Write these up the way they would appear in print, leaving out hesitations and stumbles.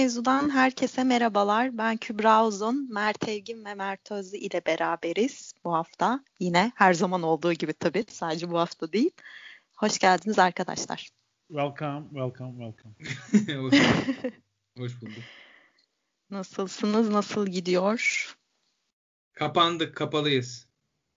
Mevzu'dan herkese merhabalar. Ben Kübra Uzun, Mert Evgin ve Mert Özlü ile beraberiz bu hafta. Yine her zaman olduğu gibi tabii, sadece bu hafta değil. Hoş geldiniz arkadaşlar. Welcome. Hoş bulduk. Nasılsınız? Nasıl gidiyor? Kapandık, kapalıyız.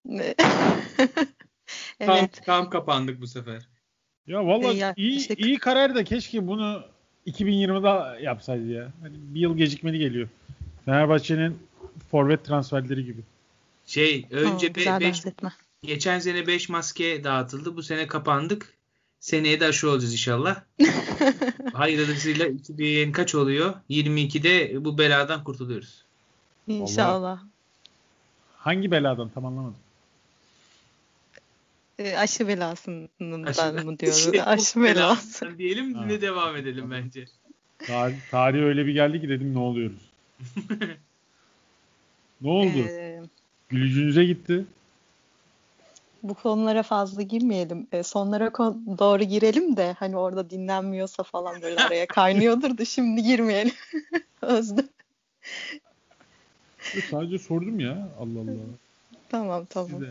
Evet. Tam kapandık bu sefer. Ya vallahi iyi karar da keşke bunu 2020'de yapsaydı ya. Hani bir yıl gecikmeli geliyor. Fenerbahçe'nin forvet transferleri gibi. Önce güzel benzetme. Geçen sene 5 maske dağıtıldı. Bu sene kapandık. Seneye de aşı olacağız inşallah. Hayırlısıyla 2000 kaç oluyor? 22'de bu beladan kurtuluyoruz. İnşallah. Vallahi, hangi beladan tam anlamadım. Aşı belasından mı diyoruz? Aşı belası. Diyelim ve devam edelim bence. Tarih öyle bir geldi ki dedim ne oluyoruz? Ne oldu? Gülücünüze gitti. Bu konulara fazla girmeyelim. Sonlara doğru girelim de hani orada dinlenmiyorsa falan böyle araya kaynıyordur da şimdi girmeyelim. Özlem. Sadece sordum ya. Allah Allah. Tamam.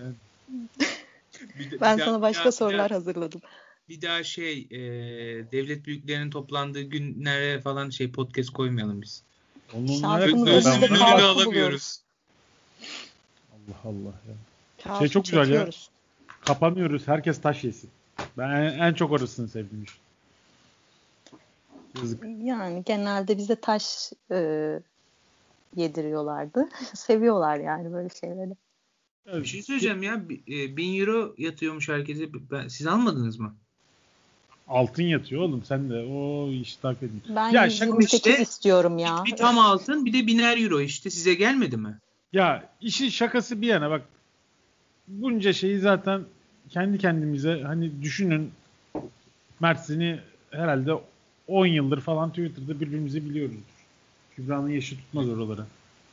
Ben sana başka sorular hazırladım. Bir daha devlet büyüklerinin toplandığı günlere falan podcast koymayalım biz. Özümünü alamıyoruz. Allah ya. Çok güzel ya. Kapanıyoruz. Herkes taş yesin. Ben en çok orasını sevdim. Yazık. Yani genelde bize taş yediriyorlardı. Seviyorlar yani böyle şeyleri. Bir şey söyleyeceğim ya. 1000 euro yatıyormuş herkese. Siz almadınız mı? Altın yatıyor oğlum. Sen de o işi takip edin. Ben ya 128 istiyorum ya. Bir tam altın bir de 1000'er euro işte. Size gelmedi mi? Ya işin şakası bir yana bak. Bunca şeyi zaten kendi kendimize hani düşünün. Mersin'i herhalde 10 yıldır falan Twitter'da birbirimizi biliyoruzdur. Kübra'nın yaşı tutmaz oralara.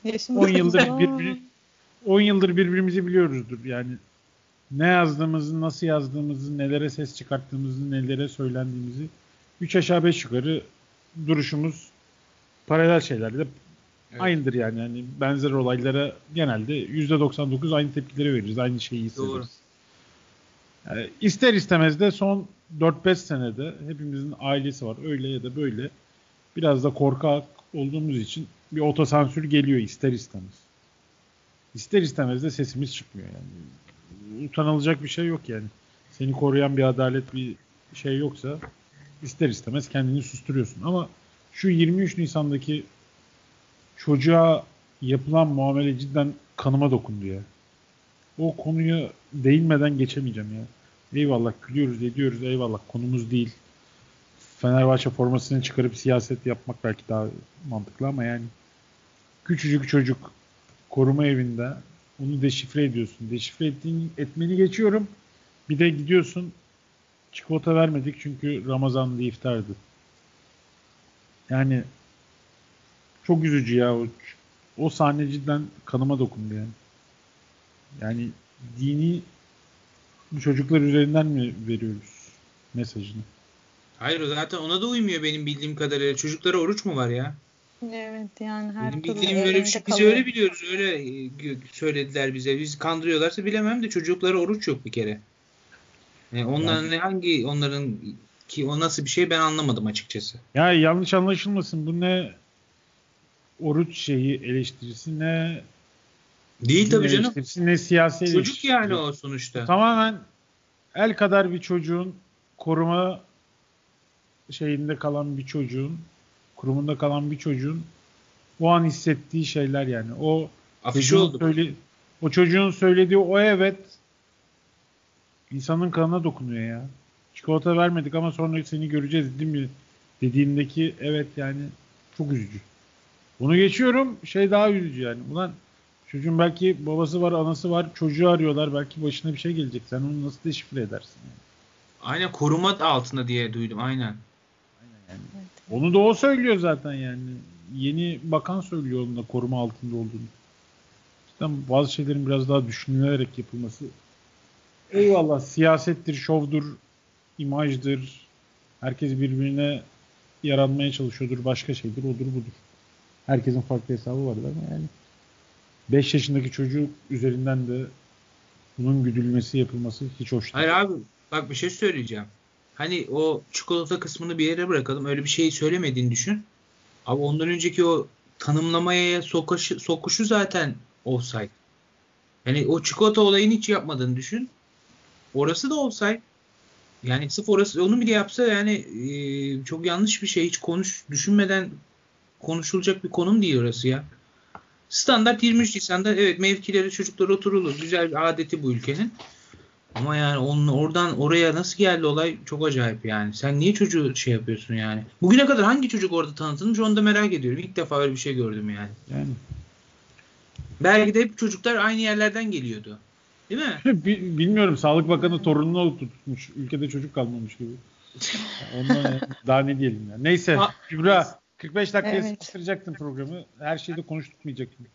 10 yıldır birbirimizi biliyoruzdur. Yani ne yazdığımızı, nasıl yazdığımızı, nelere ses çıkarttığımızı, nelere söylendiğimizi 3 aşağı 5 yukarı duruşumuz paralel şeylerde aynıdır yani. Yani benzer olaylara genelde %99 aynı tepkileri veririz. Aynı şeyi hissederiz. Doğru. Yani ister istemez de son 4-5 senede hepimizin ailesi var. Öyle ya da böyle biraz da korkak olduğumuz için bir otosansür geliyor ister istemez. İster istemez de sesimiz çıkmıyor yani. Utanılacak bir şey yok yani. Seni koruyan bir adalet bir şey yoksa ister istemez kendini susturuyorsun. Ama şu 23 Nisan'daki çocuğa yapılan muamele cidden kanıma dokundu ya. O konuya değinmeden geçemeyeceğim ya. Eyvallah gülüyoruz ediyoruz eyvallah konumuz değil. Fenerbahçe formasını çıkarıp siyaset yapmak belki daha mantıklı ama yani küçücük çocuk koruma evinde onu deşifre ediyorsun. Deşifre etmeni geçiyorum. Bir de gidiyorsun çikolata vermedik çünkü Ramazan'da iftardı. Yani çok üzücü ya o sahne cidden kanıma dokundu yani. Yani dini bu çocuklar üzerinden mi veriyoruz mesajını? Hayır zaten ona da uymuyor benim bildiğim kadarıyla. Çocuklara oruç mu var ya? Evet yani her benim türlü bildiğim öyle bir şey. Biz öyle biliyoruz. Öyle söylediler bize. Biz kandırıyorlarsa bilemem de çocuklara oruç yok bir kere. Onların ki o nasıl bir şey ben anlamadım açıkçası. Ya yanlış anlaşılmasın. Bu ne oruç şeyi eleştirisi ne değil tabii canım. Ne siyasi çocuk yani o sonuçta. Tamamen el kadar bir çocuğun koruma şeyinde kalan bir çocuğun kurumunda kalan bir çocuğun o an hissettiği şeyler yani. O çocuğun söylediği o evet insanın kanına dokunuyor ya. Çikolata vermedik ama sonra seni göreceğiz değil mi? Dediğindeki evet yani çok üzücü. Bunu geçiyorum daha üzücü yani. Ulan çocuğun belki babası var, anası var, çocuğu arıyorlar. Belki başına bir şey gelecek. Sen onu nasıl deşifre edersin yani? Aynen koruma altında diye duydum aynen. Yani. Evet. Onu da o söylüyor zaten yani. Yeni bakan söylüyor onun da koruma altında olduğunu. İşte bazı şeylerin biraz daha düşünülerek yapılması. Eyvallah siyasettir, şovdur, imajdır. Herkes birbirine yaranmaya çalışıyordur, başka şeydir, odur budur. Herkesin farklı hesabı vardır ama yani 5 yaşındaki çocuk üzerinden de bunun güdülmesi yapılması hiç hoş değil. Hayır abi bak bir şey söyleyeceğim. Hani o çikolata kısmını bir yere bırakalım. Öyle bir şey söylemediğini düşün. Abi ondan önceki o tanımlamaya sokuşu zaten offside. Yani o çikolata olayını hiç yapmadığını düşün. Orası da offside. Yani sırf orası onu bile yapsa yani çok yanlış bir şey. Hiç düşünmeden konuşulacak bir konum değil orası ya. Standart 23 Nisan'da evet mevkileri çocuklar oturulur. Güzel bir adeti bu ülkenin. Ama yani oradan oraya nasıl geldi olay çok acayip yani. Sen niye çocuğu şey yapıyorsun yani? Bugüne kadar hangi çocuk orada tanıtılmış onu da merak ediyorum. İlk defa öyle bir şey gördüm yani. Yani. Belki de hep çocuklar aynı yerlerden geliyordu. Değil mi? Bilmiyorum. Sağlık Bakanı torununu tutmuş. Ülkede çocuk kalmamış gibi. Ondan daha ne diyelim ya. Neyse. Kübra 45 dakikaya sıkıştıracaktın programı. Her şeyi de konuşturmayacaktın.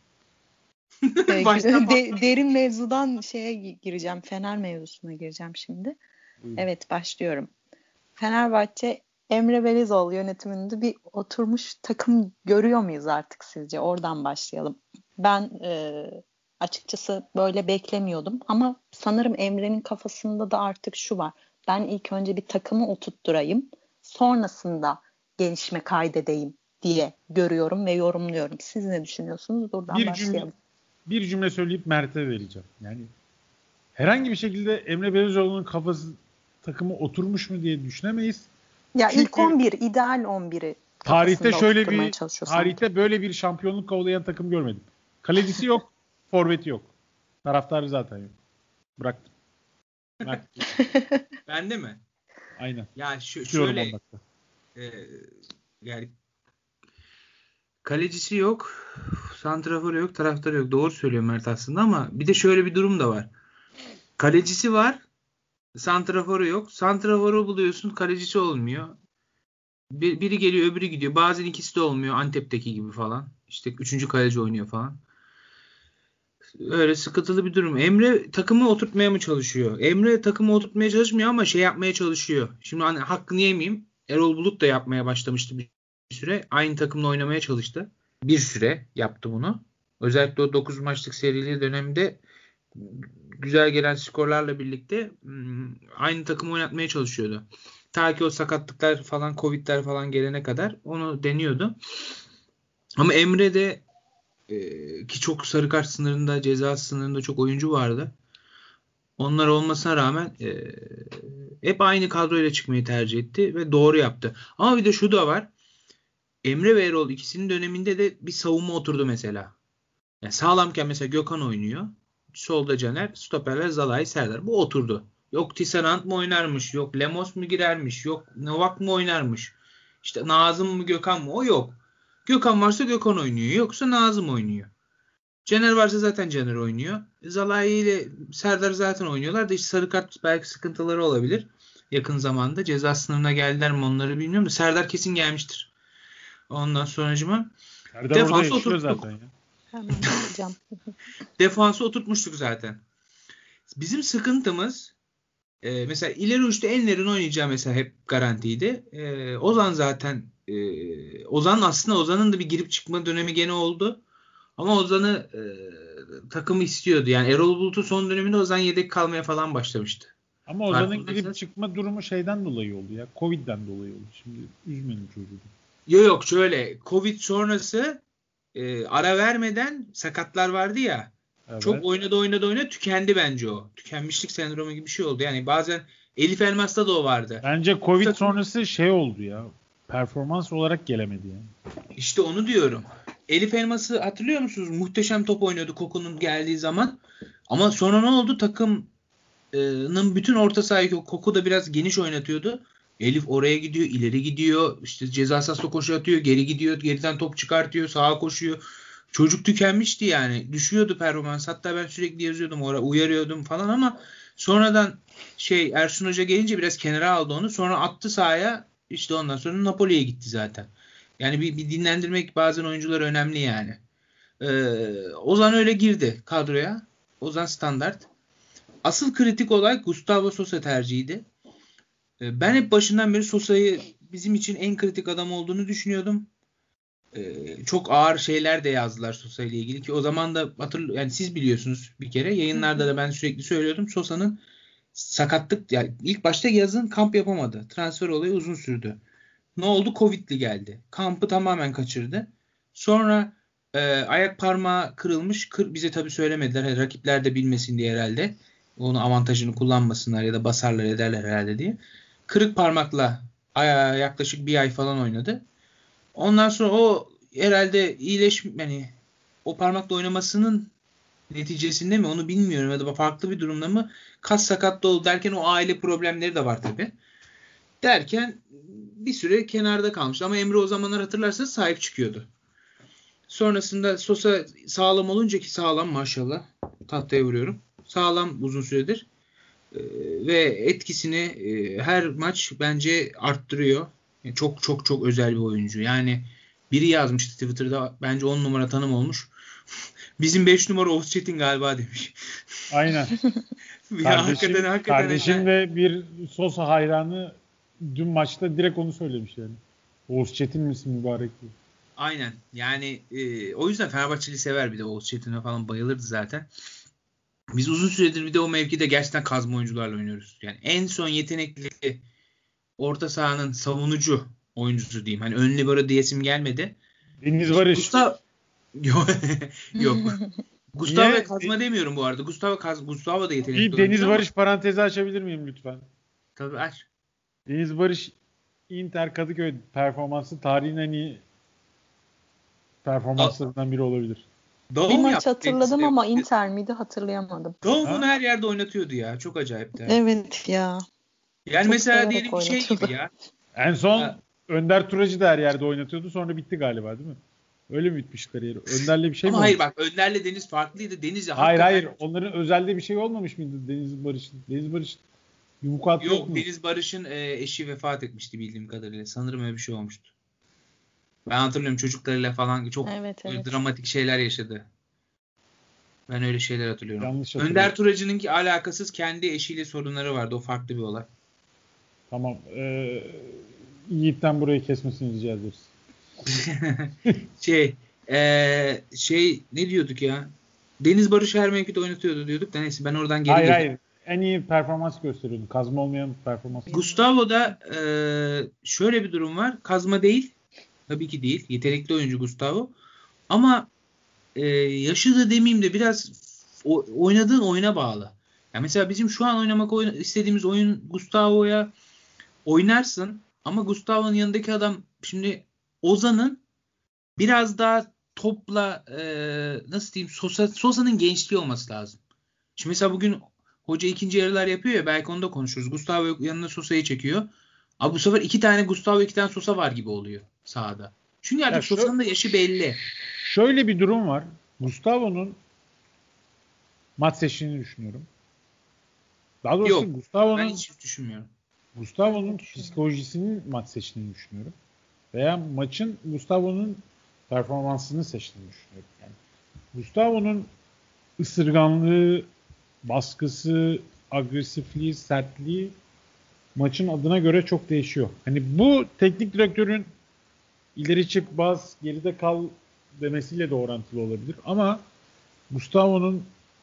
Derin mevzudan şeye gireceğim. Fener mevzusuna gireceğim şimdi. Evet başlıyorum. Fenerbahçe Emre Belezoğlu yönetiminde bir oturmuş takım görüyor muyuz artık sizce? Oradan başlayalım. Ben açıkçası böyle beklemiyordum ama sanırım Emre'nin kafasında da artık şu var. Ben ilk önce bir takımı oturtturayım. Sonrasında gelişme kaydedeyim diye görüyorum ve yorumluyorum. Siz ne düşünüyorsunuz? Buradan başlayalım. Bir cümle söyleyip Mert'e vereceğim. Yani herhangi bir şekilde Emre Belezoğlu'nun kafası takımı oturmuş mu diye düşünemeyiz. Ya çünkü ilk 11, ideal 11'i tarihte böyle bir şampiyonluk kovalayan takım görmedim. Kalecisi yok, forveti yok. Taraftarı zaten yok. Bıraktım. Bende mi? Aynen. Ya şöyle yani kalecisi yok, santraforu yok, taraftarı yok. Doğru söylüyor Mert aslında ama bir de şöyle bir durum da var. Kalecisi var, santraforu yok. Santraforu buluyorsun, kalecisi olmuyor. Biri geliyor, öbürü gidiyor. Bazen ikisi de olmuyor. Antep'teki gibi falan. İşte 3. kaleci oynuyor falan. Öyle sıkıntılı bir durum. Emre takımı oturtmaya mı çalışıyor? Emre takımı oturtmaya çalışmıyor ama şey yapmaya çalışıyor. Şimdi hani hakkını yemeyeyim. Erol Bulut da yapmaya başlamıştı bir süre. Aynı takımla oynamaya çalıştı. Bir süre yaptı bunu. Özellikle o 9 maçlık serili dönemde güzel gelen skorlarla birlikte aynı takımı oynatmaya çalışıyordu. Ta ki o sakatlıklar falan, Covid'ler falan gelene kadar onu deniyordu. Ama Emre de ki çok sarı kart sınırında, ceza sınırında çok oyuncu vardı. Onlar olmasına rağmen hep aynı kadroyla çıkmayı tercih etti ve doğru yaptı. Ama bir de şu da var. Emre ve Erol ikisinin döneminde de bir savunma oturdu mesela. Yani sağlamken mesela Gökhan oynuyor. Solda Caner, stoperler Zalai, Serdar. Bu oturdu. Yok Tisserand mı oynarmış, yok Lemos mu girermiş, yok Novak mı oynarmış. İşte Nazım mı Gökhan mı o yok. Gökhan varsa Gökhan oynuyor, yoksa Nazım oynuyor. Caner varsa zaten Caner oynuyor. Zalai ile Serdar zaten oynuyorlar da işte sarı kart belki sıkıntıları olabilir. Yakın zamanda ceza sınırına geldiler mi onları bilmiyorum da Serdar kesin gelmiştir. Ondan sonracıma defansı oturttuk. Zaten ya. Defansı oturtmuştuk zaten. Bizim sıkıntımız mesela ileri uçta Enler'in oynayacağı mesela hep garantiydi. Ozan zaten Ozan'ın da bir girip çıkma dönemi gene oldu. Ama Ozan'ı takımı istiyordu. Yani Erol Bulut'un son döneminde Ozan yedek kalmaya falan başlamıştı. Ama Ozan'ın girip çıkma durumu şeyden dolayı oldu ya. Covid'den dolayı oldu. Şimdi üzmeyin çocuğu. Yok şöyle. Covid sonrası ara vermeden sakatlar vardı ya. Evet. Çok oynadı tükendi bence o. Tükenmişlik sendromu gibi bir şey oldu. Yani bazen Elif Elmas'ta da o vardı. Bence Covid sonrası şey oldu ya. Performans olarak gelemedi yani. İşte onu diyorum. Elif Elmas'ı hatırlıyor musunuz? Muhteşem top oynuyordu Koku'nun geldiği zaman. Ama sonra ne oldu? Takımın bütün orta sahayı Koku da biraz geniş oynatıyordu. Elif oraya gidiyor, ileri gidiyor. İşte ceza sahasına koşu atıyor, geri gidiyor, geriden top çıkartıyor, sağa koşuyor. Çocuk tükenmişti yani. Düşüyordu performans. Hatta ben sürekli yazıyordum oraya, uyarıyordum falan ama sonradan Ersun Hoca gelince biraz kenara aldı onu. Sonra attı sahaya. İşte ondan sonra Napoli'ye gitti zaten. Yani bir dinlendirmek bazen oyuncular önemli yani. Ozan öyle girdi kadroya. Ozan standart. Asıl kritik olay Gustavo Sosa tercihiydi. Ben hep başından beri Sosa'yı bizim için en kritik adam olduğunu düşünüyordum. Çok ağır şeyler de yazdılar Sosa ile ilgili ki o zaman da yani siz biliyorsunuz bir kere yayınlarda da ben sürekli söylüyordum. Sosa'nın sakatlık yani ilk başta yazın kamp yapamadı. Transfer olayı uzun sürdü. Ne oldu? Covid'li geldi. Kampı tamamen kaçırdı. Sonra ayak parmağı kırılmış. Bize tabii söylemediler. Yani rakipler de bilmesin diye herhalde. Onun avantajını kullanmasınlar ya da basarlar ederler herhalde diye. Kırık parmakla yaklaşık bir ay falan oynadı. Ondan sonra o herhalde yani o parmakla oynamasının neticesinde mi onu bilmiyorum ya da farklı bir durumda mı kas sakatlığı oldu derken o aile problemleri de var tabii. Derken bir süre kenarda kalmış. Ama Emre o zamanlar hatırlarsanız sahip çıkıyordu. Sonrasında Sosa sağlam olunca ki sağlam maşallah. Tahtaya vuruyorum. Sağlam uzun süredir. Ve etkisini her maç bence arttırıyor. Yani çok çok çok özel bir oyuncu. Yani biri yazmıştı Twitter'da bence 10 numara tanım olmuş. Bizim 5 numara Oğuz Çetin galiba demiş. Aynen. Ya kardeşim ve bir Sosa hayranı dün maçta direkt onu söylemiş yani. Oğuz Çetin misin mübarek diye. Aynen. Yani o yüzden Fenerbahçeli sever bir de Oğuz Çetin'e falan bayılırdı zaten. Biz uzun süredir bir de o mevkide gerçekten kazma oyuncularla oynuyoruz. Yani en son yetenekli orta sahanın savunucu oyuncusu diyeyim. Hani ön libero diyesim gelmedi. Deniz Barış. Yok. Gustavo kazma demiyorum bu arada. Gustavo da yetenekli bir Deniz Barış parantezi açabilir miyim lütfen? Tabii aç. Deniz Barış Inter Kadıköy performansı tarihin en iyi performanslarından biri olabilir. Bir maç hatırladım ama Inter miydi hatırlayamadım. Doğum'unu her yerde oynatıyordu ya. Çok acayipti. Evet ya. Yani çok mesela diyelim bir şey gibi ya. En son Önder Turacı da her yerde oynatıyordu. Sonra bitti galiba değil mi? Öyle mi bitmiş kariyeri? Önder'le bir şey ama mi hayır olmuş? bak Önder'le Deniz farklıydı. Hayır. Onların özelde bir şey olmamış mıydı Deniz Barış'ın? Deniz Barış yumruk yok mu? Deniz Barış'ın eşi vefat etmişti bildiğim kadarıyla. Sanırım öyle bir şey olmuştu. Ben hatırlıyorum çocuklarıyla falan çok dramatik şeyler yaşadı. Ben öyle şeyler hatırlıyorum. Yanlış Önder Turacı'nınki alakasız kendi eşiyle sorunları vardı. O farklı bir olay. Tamam. Yiğit'ten burayı kesmesini rica ederiz. Ne diyorduk ya? Deniz Barış her mevkide oynatıyordu diyorduk da neyse ben oradan geri geldim. Hayır. En iyi performans gösteriyordu. Kazma olmayan performans. Gustavo'da şöyle bir durum var. Kazma değil. Tabii ki değil. Yetenekli oyuncu Gustavo. Ama yaşı da demeyeyim de biraz oynadığın oyuna bağlı. Ya mesela bizim şu an oynamak istediğimiz oyun Gustavo'ya oynarsın ama Gustavo'nun yanındaki adam şimdi Ozan'ın biraz daha topla nasıl diyeyim Sosa'nın gençliği olması lazım. Şimdi mesela bugün hoca ikinci yarılar yapıyor ya belki onu da konuşuruz. Gustavo yanına Sosa'yı çekiyor. Abi bu sefer 2 tane Gustavo 2 tane Sosa var gibi oluyor sahada. Çünkü artık Sosa'nın da yaşı belli. Şöyle bir durum var. Gustavo'nun maç seçtiğini düşünüyorum. Daha doğrusu Yok, Gustavo'nun ben hiç düşünmüyorum. Gustavo'nun psikolojisinin maç seçtiğini düşünüyorum. Veya maçın Gustavo'nun performansını seçtiğini düşünüyorum. Yani Gustavo'nun ısırganlığı, baskısı, agresifliği, sertliği maçın adına göre çok değişiyor. Hani bu teknik direktörün ileri çık, bas, geride kal demesiyle de orantılı olabilir. Ama Gustavo'nun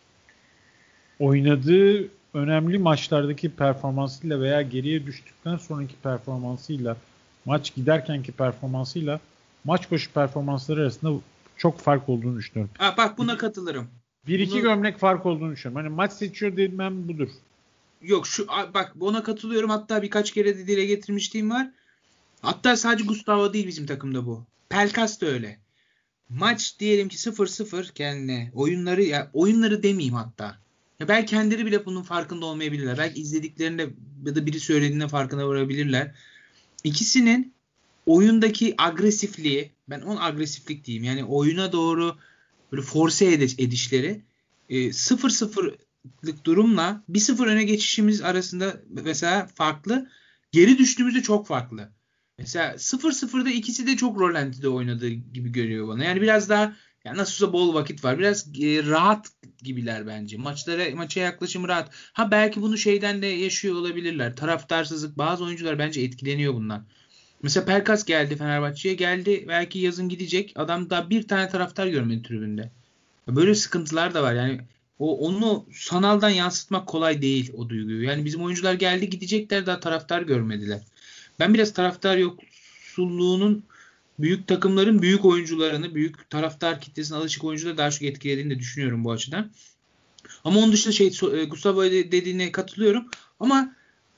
oynadığı önemli maçlardaki performansıyla veya geriye düştükten sonraki performansıyla, maç giderkenki performansıyla maç başı performansları arasında çok fark olduğunu düşünüyorum. Bak buna katılırım. 1-2 gömlek fark olduğunu düşünüyorum. Hani maç seçiyor demem budur. Yok bak buna katılıyorum. Hatta birkaç kere de dile getirmişliğim var. Hatta sadece Gustavo değil bizim takımda bu. Pelkas da öyle. Maç diyelim ki 0-0 kendine. Oyunları demeyeyim hatta. Ya belki kendileri bile bunun farkında olmayabilirler. Belki izlediklerinde ya da biri söylediğinde farkına varabilirler. İkisinin oyundaki agresifliği, ben onun agresiflik diyeyim. Yani oyuna doğru böyle force edişleri 0-0'lık durumla 1-0 öne geçişimiz arasında mesela farklı. Geri düştüğümüzde çok farklı. Mesela 0-0'da ikisi de çok rolantide oynadığı gibi görüyor bana. Yani biraz daha yani nasıl olsa bol vakit var. Biraz rahat gibiler bence. Maça yaklaşım rahat. Belki bunu şeyden de yaşıyor olabilirler. Taraftarsızlık. Bazı oyuncular bence etkileniyor bundan. Mesela Pelkas geldi Fenerbahçe'ye. Geldi belki yazın gidecek. Adam daha bir tane taraftar görmedi tribünde. Böyle sıkıntılar da var. Yani onu sanaldan yansıtmak kolay değil o duyguyu. Yani bizim oyuncular geldi gidecekler daha taraftar görmediler. Ben biraz taraftar yoksulluğunun büyük takımların büyük oyuncularını, büyük taraftar kitlesine alışık oyuncuları daha çok etkilediğini de düşünüyorum bu açıdan. Ama onun dışında Gustavo dediğine katılıyorum. Ama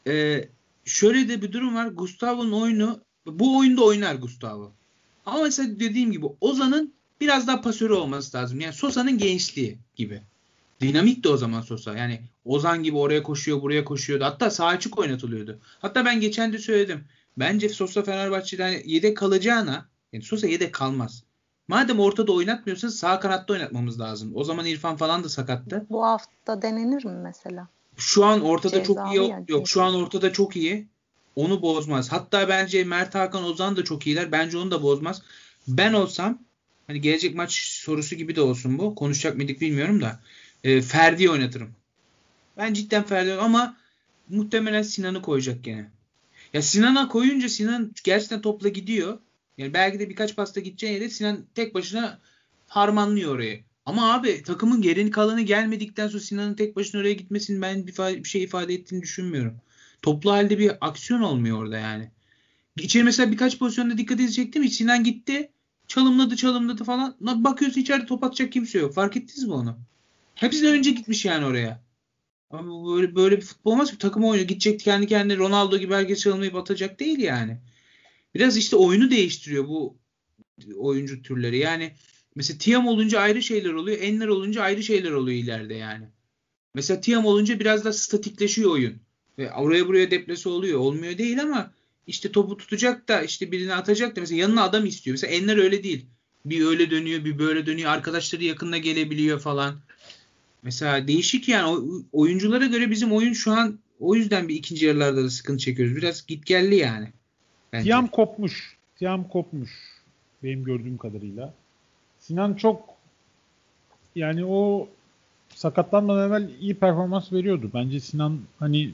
şöyle de bir durum var. Gustavo'nun oyunu bu oyunda oynar Gustavo. Ama mesela dediğim gibi Ozan'ın biraz daha pasörü olması lazım. Yani Sosa'nın gençliği gibi. Dinamik de o zaman Sosa. Yani Ozan gibi oraya koşuyor, buraya koşuyordu. Hatta sağ açık oynatılıyordu. Hatta ben geçen de söyledim. Bence Sosa Fenerbahçe'den yedek kalacağına, yani Sosa yedek kalmaz. Madem ortada oynatmıyorsanız sağ kanatta oynatmamız lazım. O zaman İrfan falan da sakattı. Bu hafta denenir mi mesela? Şu an ortada çok iyi Cezalı ya yok. Şu ceza. an ortada çok iyi. Onu bozmaz. Hatta bence Mert Hakan Ozan da çok iyiler. Bence onu da bozmaz. Ben olsam hani gelecek maç sorusu gibi de olsun bu. Konuşacak mıydık bilmiyorum da. Ferdi'yi oynatırım. Ben cidden Ferdi ama muhtemelen Sinan'ı koyacak gene. Ya Sinan'a koyunca Sinan gerçekten topla gidiyor. Yani belki de birkaç pasta gideceği yere Sinan tek başına harmanlıyor orayı. Ama abi takımın geri kalanı gelmedikten sonra Sinan'ın tek başına oraya gitmesinin ben bir şey ifade ettiğini düşünmüyorum. Toplu halde bir aksiyon olmuyor orada yani. İçeri mesela birkaç pozisyonda dikkat edecektim. Hiç Sinan gitti. Çalımladı falan. Bakıyorsun içeride top atacak kimse yok. Fark ettiniz mi onu? Hepsi de önce gitmiş yani oraya. Ama böyle bir futbol olmaz ki. Takım oyunu gidecek kendi kendine Ronaldo gibi herkes çalmayıp atacak değil yani. Biraz işte oyunu değiştiriyor bu oyuncu türleri. Yani mesela Tiam olunca ayrı şeyler oluyor. Enner olunca ayrı şeyler oluyor ileride yani. Mesela Tiam olunca biraz da statikleşiyor oyun. Ve oraya buraya deplase oluyor. Olmuyor değil ama işte topu tutacak da işte birini atacak da mesela yanına adam istiyor. Mesela Enner öyle değil. Bir öyle dönüyor, bir böyle dönüyor. Arkadaşları yakınına gelebiliyor falan. Mesela değişik yani oyunculara göre bizim oyun şu an o yüzden bir ikinci yarılarda da sıkıntı çekiyoruz. Biraz gitgelli yani bence. Tiam kopmuş. Benim gördüğüm kadarıyla. Sinan çok yani o sakatlanmadan evvel iyi performans veriyordu. Bence Sinan hani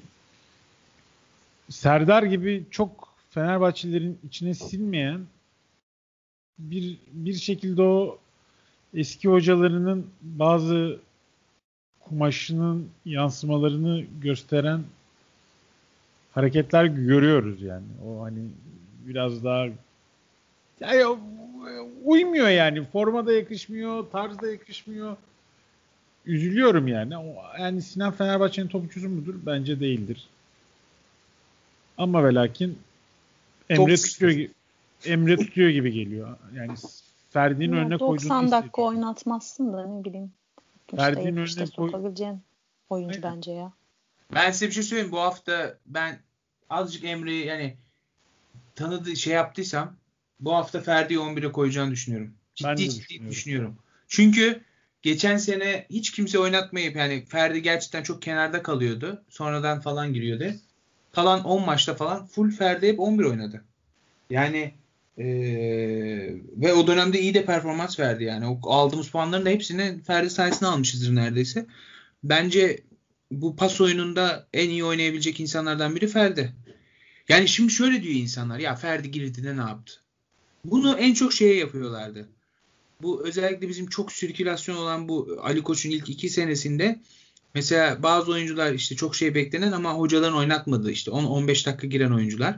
Serdar gibi çok Fenerbahçelilerin içine sinmeyen bir şekilde o eski hocalarının bazı kumaşının yansımalarını gösteren hareketler görüyoruz yani. O hani biraz daha yani uymuyor yani. Forma da yakışmıyor, tarz da yakışmıyor. Üzülüyorum yani. Yani Sinan Fenerbahçe'nin topçusu mudur? Bence değildir. Ama ve lakin Çok Emre tutuyor gibi geliyor. Yani Ferdi'nin Ya önüne koyduğunu 90 dakika hissediyorum. oynatmazsın da ne bileyim. 60'ta Ferdi'nin 70'te önüne koy... sokabileceğin oyuncu Aynen. bence ya. Ben size bir şey söyleyeyim. Bu hafta ben azıcık Emre'yi yani tanıdığı şey yaptıysam bu hafta Ferdi'yi 11'e koyacağını düşünüyorum. Ben Ciddi de ciddi düşünüyorum. düşünüyorum. Çünkü geçen sene hiç kimse oynatmayıp yani Ferdi gerçekten çok kenarda kalıyordu. Sonradan falan giriyordu. Kalan 10 maçta falan full Ferdi hep 11 oynadı. Yani ve o dönemde iyi de performans verdi yani. O aldığımız puanların da hepsini Ferdi sayesinde almışızdır neredeyse. Bence bu pas oyununda en iyi oynayabilecek insanlardan biri Ferdi. Yani şimdi şöyle diyor insanlar. Ya Ferdi girdi de ne yaptı? Bunu en çok şeye yapıyorlardı. Bu özellikle bizim çok sirkülasyon olan bu Ali Koç'un ilk 2 senesinde mesela bazı oyuncular işte çok şey beklenen ama hocaların oynatmadığı işte 10-15 dakika giren oyuncular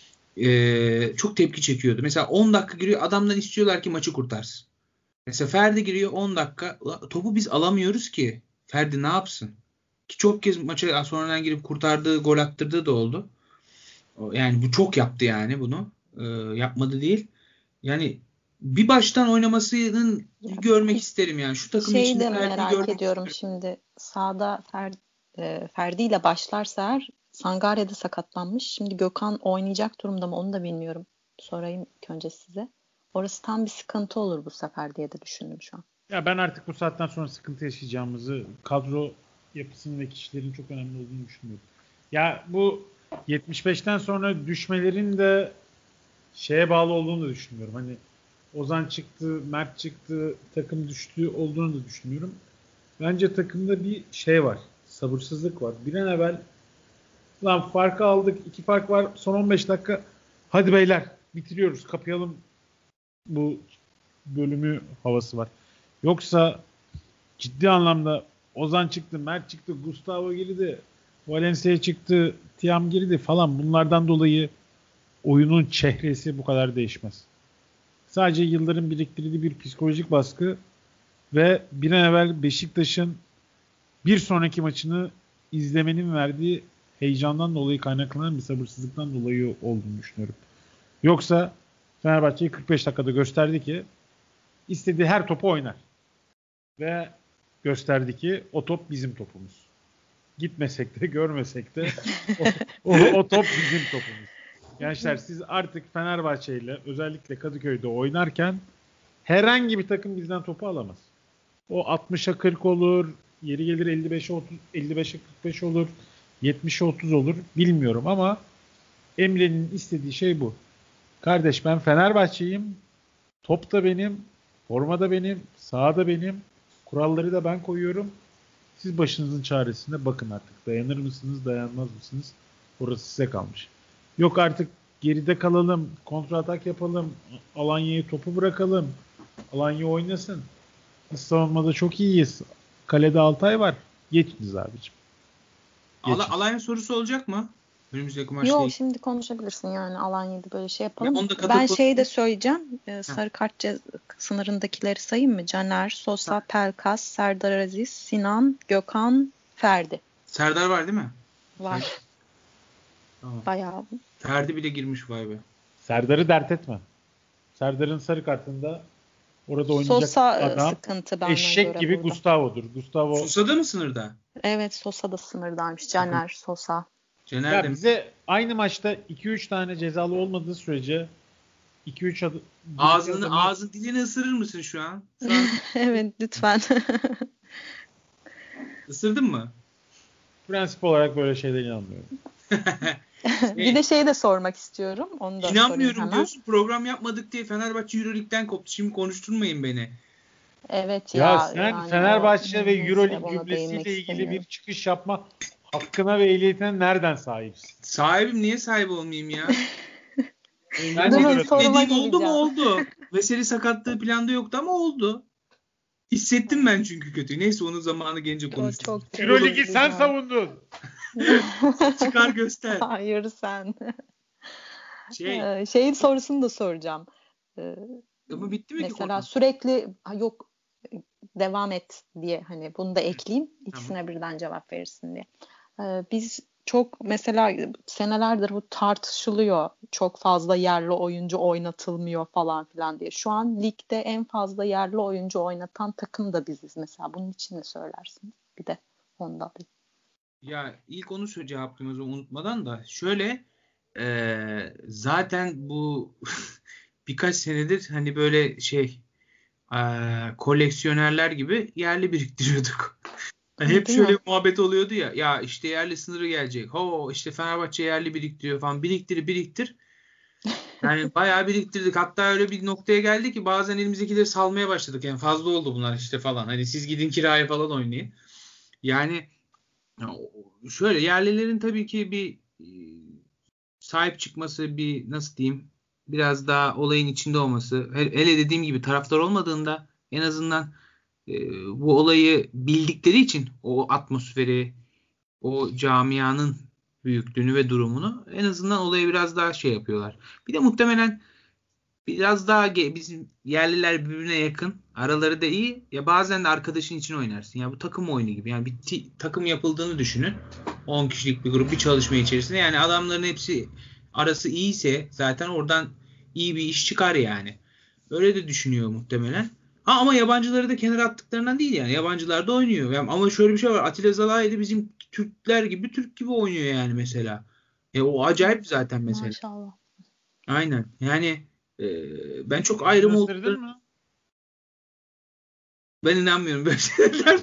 çok tepki çekiyordu. Mesela 10 dakika giriyor adamdan istiyorlar ki maçı kurtarsın. Mesela Ferdi giriyor 10 dakika topu biz alamıyoruz ki. Ferdi ne yapsın? Ki çok kez maça sonradan girip kurtardığı gol attırdığı da oldu. Yani bu çok yaptı yani bunu. Yapmadı değil. Yani bir baştan oynamasının Ya görmek bir isterim yani. Şu takımın şey içinde de Ferdi'yi merak görmek ediyorum istiyorum. şimdi. Sağda Ferdi ile başlarsa eğer Sangare'de sakatlanmış. Şimdi Gökhan oynayacak durumda mı onu da bilmiyorum. Sorayım ilk önce size. Orası tam bir sıkıntı olur bu sefer diye de düşündüm şu an. Ya ben artık bu saatten sonra sıkıntı yaşayacağımızı, kadro yapısının ve kişilerin çok önemli olduğunu düşünüyorum. Ya bu 75'ten sonra düşmelerin de şeye bağlı olduğunu da düşünüyorum. Hani Ozan çıktı, Mert çıktı, takım düştü olduğunu da düşünüyorum. Bence takımda bir şey var. Sabırsızlık var. Bir an evvel lan farkı aldık, 2 fark var. Son 15 dakika Hadi beyler bitiriyoruz. Kapayalım bu bölümü havası var. Yoksa ciddi anlamda Ozan çıktı, Mert çıktı, Gustavo girdi, Valencia çıktı, Thiam girdi falan. Bunlardan dolayı oyunun çehresi bu kadar değişmez. Sadece yılların biriktirdiği bir psikolojik baskı ve bir an evvel Beşiktaş'ın bir sonraki maçını izlemenin verdiği heyecandan dolayı kaynaklanan bir sabırsızlıktan dolayı olduğunu düşünüyorum. Yoksa Fenerbahçe'yi 45 dakikada gösterdi ki istediği her topu oynar. Ve gösterdi ki o top bizim topumuz. Gitmesek de görmesek de o top bizim topumuz. Gençler siz artık Fenerbahçe ile özellikle Kadıköy'de oynarken herhangi bir takım bizden topu alamaz. O 60'a 40 olur, yeri gelir 55'e 30, 55'e 45 olur, 70'e 30 olur bilmiyorum ama Emre'nin istediği şey bu. Kardeş ben Fenerbahçe'yim, top da benim, forma da benim, saha da benim, kuralları da ben koyuyorum. Siz başınızın çaresine bakın artık. Dayanır mısınız, dayanmaz mısınız? Orası size kalmış. Yok artık geride kalalım, kontratak yapalım, Alanya'ya topu bırakalım, Alanya oynasın. Biz savunmada çok iyiyiz. Kalede Altay var. Geçiniz abicim. Alanya sorusu olacak mı? Önümüzdeki maçta. Yok şimdi konuşabilirsin yani Alanya'da böyle şey yapalım. Ya Ben şeyi de söyleyeceğim. Sarı kart sınırındakileri sayayım mı? Caner, Sosa, Pelkas, Serdar Aziz, Sinan, Gökhan, Ferdi. Serdar var değil mi? Var. Tamam. Bayağı. Ferdi bile girmiş vay be. Serdar'ı dert etme. Serdar'ın sarı kartında orada oynayacak Sosa adam sıkıntı bana eşek göre gibi burada. Gustavo'dur. Gustavo. Sosa da mı sınırda? Evet Sosa da sınırdaymış. Caner, Sosa. Caner Ya de bize aynı maçta 2-3 tane cezalı olmadığı sürece 2-3 ağzın dilini ısırır mısın şu an? Şu an Evet lütfen. ısırdın mı? prensip olarak böyle şeylere inanmıyorum. Bir de şeyi de sormak istiyorum. Onu da İnanmıyorum diyorsun. Program yapmadık diye Fenerbahçe Euroleague'den koptu. Şimdi konuşturmayın beni. Evet Ya ya. sen yani Fenerbahçe ve neyse, Euroleague ona cümlesiyle değinmek ilgili bir istemiyorum. çıkış yapma hakkına ve ehliyetine nereden sahipsin? Sahibim, niye sahip olmayayım ya? Ben Bunu de soruma Dediğin oldu mu geleceğim. oldu. Veseli sakatlığı planda yoktu ama oldu. Hissettim ben çünkü kötü. Neyse onun zamanı gelince konuşuruz. Çok Euroligi sen güzel. savundun. Çıkar göster. Hayır sen. Şey, Şeyin sorusunu da soracağım. ama bitti mi ki Mesela konu? sürekli yok devam et diye hani bunu da ekleyeyim. İkisine Tamam. birden cevap verirsin diye. Biz çok mesela senelerdir bu tartışılıyor. Çok fazla yerli oyuncu oynatılmıyor falan filan diye. Şu an ligde en fazla yerli oyuncu oynatan takım da biziz mesela. Bunun için ne söylersiniz? Bir de onu da alayım. Ya ilk onu cevaplayayım o zaman unutmadan da. Şöyle zaten bu birkaç senedir hani böyle koleksiyonerler gibi yerli biriktiriyorduk. Yani hep Değil şöyle mi? bir muhabbet oluyordu ya. Ya işte yerli sınırı gelecek. İşte Fenerbahçe yerli biriktiriyor falan. Biriktir. Yani bayağı biriktirdik. Hatta öyle bir noktaya geldi ki bazen elimizdekileri salmaya başladık. Yani fazla oldu bunlar işte falan. Hani siz gidin kiraya falan oynayın. Yani şöyle yerlilerin tabii ki bir sahip çıkması, bir nasıl diyeyim, biraz daha olayın içinde olması. Hele dediğim gibi taraftar olmadığında en azından bu olayı bildikleri için o atmosferi, o camianın büyüklüğünü ve durumunu en azından olaya biraz daha yapıyorlar. Bir de muhtemelen biraz daha bizim yerliler birbirine yakın. Araları da iyi. Ya bazen de arkadaşın için oynarsın. Ya bu takım oyunu gibi. Yani bir takım yapıldığını düşünün. 10 kişilik bir grup bir çalışma içerisinde. Yani adamların hepsi arası iyiyse zaten oradan iyi bir iş çıkar yani. Öyle de düşünüyor muhtemelen. Ama yabancıları da kenara attıklarından değil yani. Yabancılar da oynuyor. Yani ama şöyle bir şey var. Atilla Zalai bizim Türk gibi oynuyor yani mesela. O acayip zaten mesela. Maşallah. Aynen. Yani ben çok ayrım Isırdın olduklarını mı? ben inanmıyorum böyle şeyler.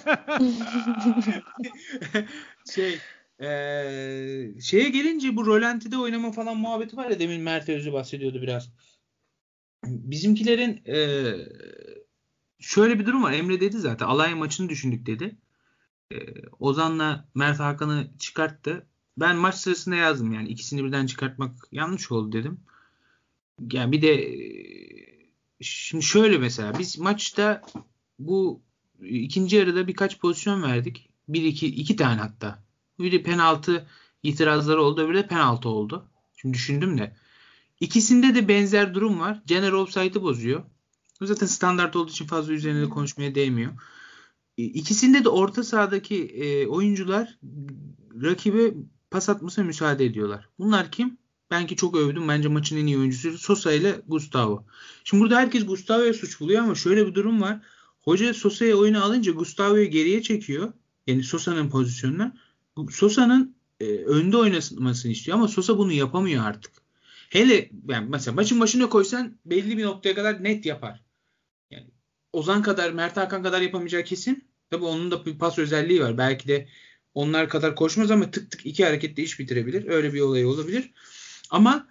Şeye gelince bu rölantide oynama falan muhabbeti var ya, demin Mert Özlü bahsediyordu biraz. Bizimkilerin şöyle bir durum var. Emre dedi zaten. Alanya maçını düşündük dedi. Ozan'la Mert Hakan'ı çıkarttı. ben maç sırasında yazdım yani ikisini birden çıkartmak yanlış oldu dedim. Yani bir de şimdi şöyle mesela biz maçta bu ikinci yarıda birkaç pozisyon verdik. İki tane hatta. Biri penaltı itirazları oldu, öbürü de penaltı oldu. Şimdi düşündüm de. İkisinde de benzer durum var. Caner offside'ı bozuyor. Zaten standart olduğu için fazla üzerine de konuşmaya değmiyor. İkisinde de orta sahadaki oyuncular rakibe pas atmasına müsaade ediyorlar. Bunlar kim? Ben ki çok övdüm. Bence maçın en iyi oyuncusu Sosa ile Gustavo. Şimdi burada herkes Gustavo'ya suç buluyor ama şöyle bir durum var. Hoca Sosa'yı oyuna alınca Gustavo'yu geriye çekiyor. Yani Sosa'nın pozisyonuna. Sosa'nın önde oynamasını istiyor ama Sosa bunu yapamıyor artık. Hele yani mesela maçın başına koysan belli bir noktaya kadar net yapar. Yani Ozan kadar, Mert Hakan kadar yapamayacağı kesin. Tabii onun da bir pas özelliği var. Belki de onlar kadar koşmaz ama tık tık iki harekette iş bitirebilir. Öyle bir olay olabilir. Ama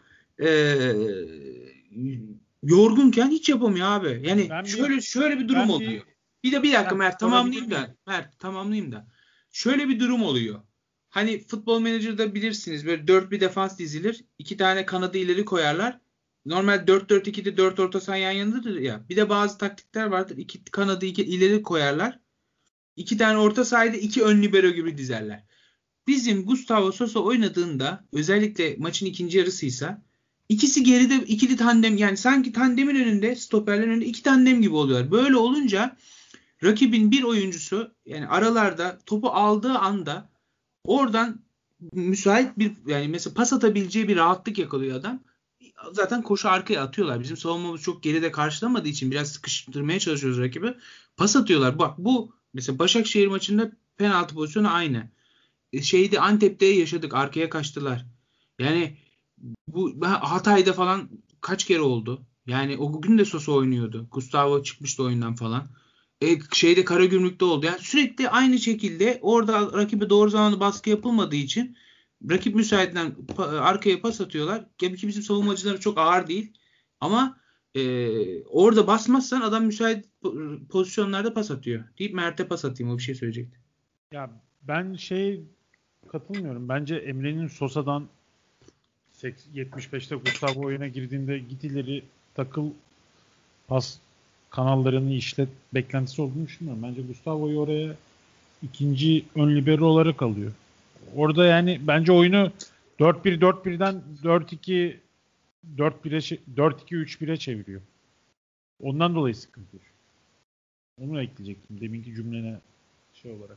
yorgunken hiç yapamıyor abi. Yani şöyle bir durum oluyor. Bir dakika Mert tamamlayayım da. Şöyle bir durum oluyor. Hani futbol menajerda bilirsiniz böyle 4 bir defans dizilir. 2 tane kanadı ileri koyarlar. Normal 4-4-2'de 4 orta saha yan yanıdır ya. Bir de bazı taktikler vardır. 2 kanadı ileri koyarlar. 2 tane orta sahada 2 ön libero gibi dizerler. Bizim Gustavo Sosa oynadığında özellikle maçın ikinci yarısıysa ikisi geride ikili tandem yani sanki tandemin önünde stoperlerin önünde 2 tandem gibi oluyorlar. Böyle olunca rakibin bir oyuncusu yani aralarda topu aldığı anda oradan müsait bir yani mesela pas atabileceği bir rahatlık yakalıyor adam. Zaten koşu arkaya atıyorlar. Bizim savunmamız çok geride karşılamadığı için biraz sıkıştırmaya çalışıyoruz rakibi. Pas atıyorlar. Bak bu mesela Başakşehir maçında penaltı pozisyonu aynı. Şeydi Antep'te yaşadık. Arkaya kaçtılar. Yani bu Hatay'da falan kaç kere oldu. Yani o gün de Sosa oynuyordu. Gustavo çıkmıştı oyundan falan. Şeyde Karagümrük'te oldu. Yani sürekli aynı şekilde orada rakibe doğru zamanda baskı yapılmadığı için rakip müsaitten arkaya pas atıyorlar. Tabii ki bizim savunmacıları çok ağır değil. Ama orada basmazsan adam müsait pozisyonlarda pas atıyor. Deyip Mert'e pas atayım. O bir şey söyleyecekti. Ya ben katılmıyorum. Bence Emre'nin Sosa'dan 75'te Gustavo oyuna girdiğinde git ileri takıl pas kanallarını işlet beklentisi olduğunu düşünmüyorum. Bence Gustavo'yu oraya ikinci ön libero olarak alıyor. Orada yani bence oyunu 4-1-4-1'den 4-2 4-1'e 4-2-3-1'e çeviriyor. Ondan dolayı sıkıntı. Onu ekleyecektim deminki cümlene olarak.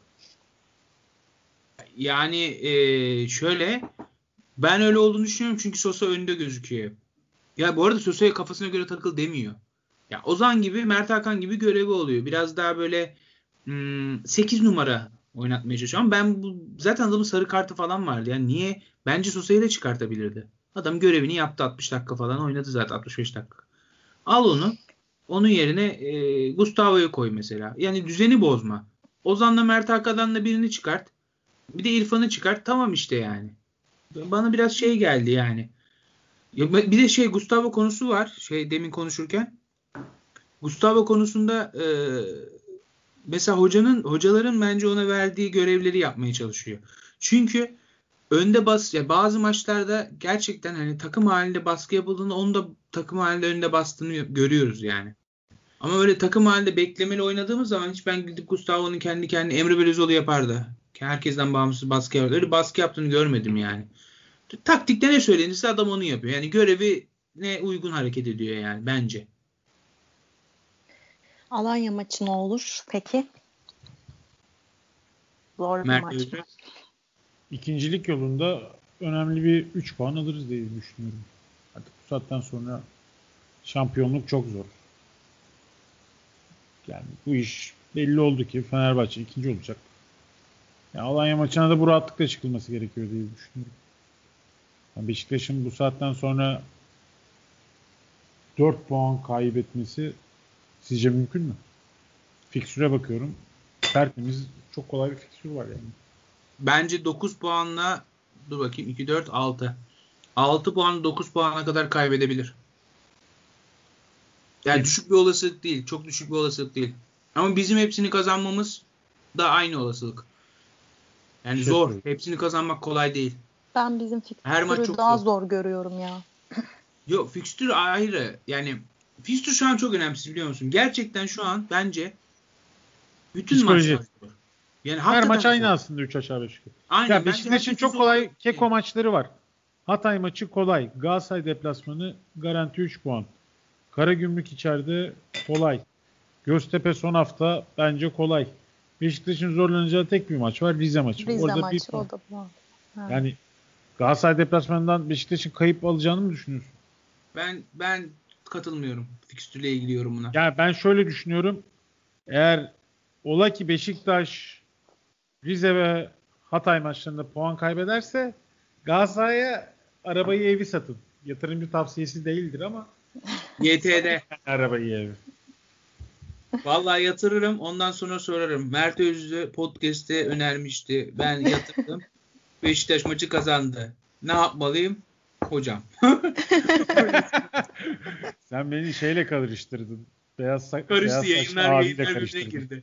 Yani şöyle ben öyle olduğunu düşünüyorum çünkü Sosa önde gözüküyor. Ya bu arada Sosa'ya kafasına göre takıl demiyor. Ya Ozan gibi, Mert Hakan gibi görevi oluyor. Biraz daha böyle 8 numara oynatmaya çalışıyor. Ama zaten adamın sarı kartı falan vardı. Yani niye? Bence Sosa'yı da çıkartabilirdi. Adam görevini yaptı 60 dakika falan oynadı zaten 65 dakika. Al onu. Onun yerine Gustavo'yu koy mesela. Yani düzeni bozma. Ozan'la Mert Hakan'la birini çıkart. Bir de İrfan'ı çıkart. Tamam işte yani. Bana biraz şey geldi yani. Ya bir de Gustavo konusu var. Demin konuşurken. Gustavo konusunda mesela hocaların bence ona verdiği görevleri yapmaya çalışıyor. Çünkü önde bazı maçlarda gerçekten hani takım halinde baskı yapıldığında onu da takım halinde önde bastığını görüyoruz yani. Ama öyle takım halinde beklemeli oynadığımız zaman hiç ben gidip Gustavo'nun kendi Emre Belözoğlu yapardı. Herkesten bağımsız baskı yapardı. Öyle baskı yaptığını görmedim yani. Taktikte ne söylenirse adam onu yapıyor. Yani görevi ne uygun hareket ediyor yani bence. Alanya maçı ne olur peki? Zor bir maç mı? İkincilik yolunda önemli bir 3 puan alırız diye düşünüyorum. Artık bu saatten sonra şampiyonluk çok zor. Yani bu iş belli oldu ki Fenerbahçe ikinci olacak. Yani Alanya maçına da bu rahatlıkla çıkılması gerekiyor diye düşünüyorum. Yani Beşiktaş'ın bu saatten sonra 4 puan kaybetmesi sizce mümkün mü? Fiksüre bakıyorum. Tertemiz çok kolay bir fiksür var yani. Bence 9 puanla dur bakayım 2, 4, 6. 6 puan 9 puana kadar kaybedebilir. Yani düşük bir olasılık değil. Çok düşük bir olasılık değil. Ama bizim hepsini kazanmamız da aynı olasılık. Yani zor. Hepsini kazanmak kolay değil. Ben bizim Her maç fikstürü çok daha zor. zor görüyorum ya. Yok, fikstür ayrı. Yani fikstür şu an çok önemsiz, biliyor musun? Gerçekten şu an bence bütün Psikoloji. maçlar zor. Yani Her hakikaten maç aynı zor. aslında 3 aşağı 5 yukarı. Aynen. Ya Bence Beşiktaş'ın herkesi çok zor. kolay keko maçları var. Hatay maçı kolay. Galatasaray deplasmanı garanti 3 puan. Karagümrük içeride kolay. Göztepe son hafta bence kolay. Beşiktaş'ın zorlanacağı tek bir maç var. Rize maçı. Rize Orada bir maçı puan. o da bu. Ha. Yani Galatasaray deplasmanından Beşiktaş'ın kayıp alacağını mı düşünüyorsun? Ben katılmıyorum fikstürle ilgili yorumuna. Yani ben şöyle düşünüyorum. Eğer ola ki Beşiktaş, Rize ve Hatay maçlarında puan kaybederse Galatasaray'a arabayı evi satın. Yatırımcı tavsiyesi değildir ama YT'de. arabayı evi. Vallahi yatırırım, ondan sonra sorarım. Mert Özlü podcast'te önermişti. Ben yatırdım. Beşiktaş maçı kazandı. Ne yapmalıyım? Hocam. Sen beni şeyle karıştırdın. Beyaz Karıştı, saçlı yayınlar abiyle birbirine karıştırdın. girdi.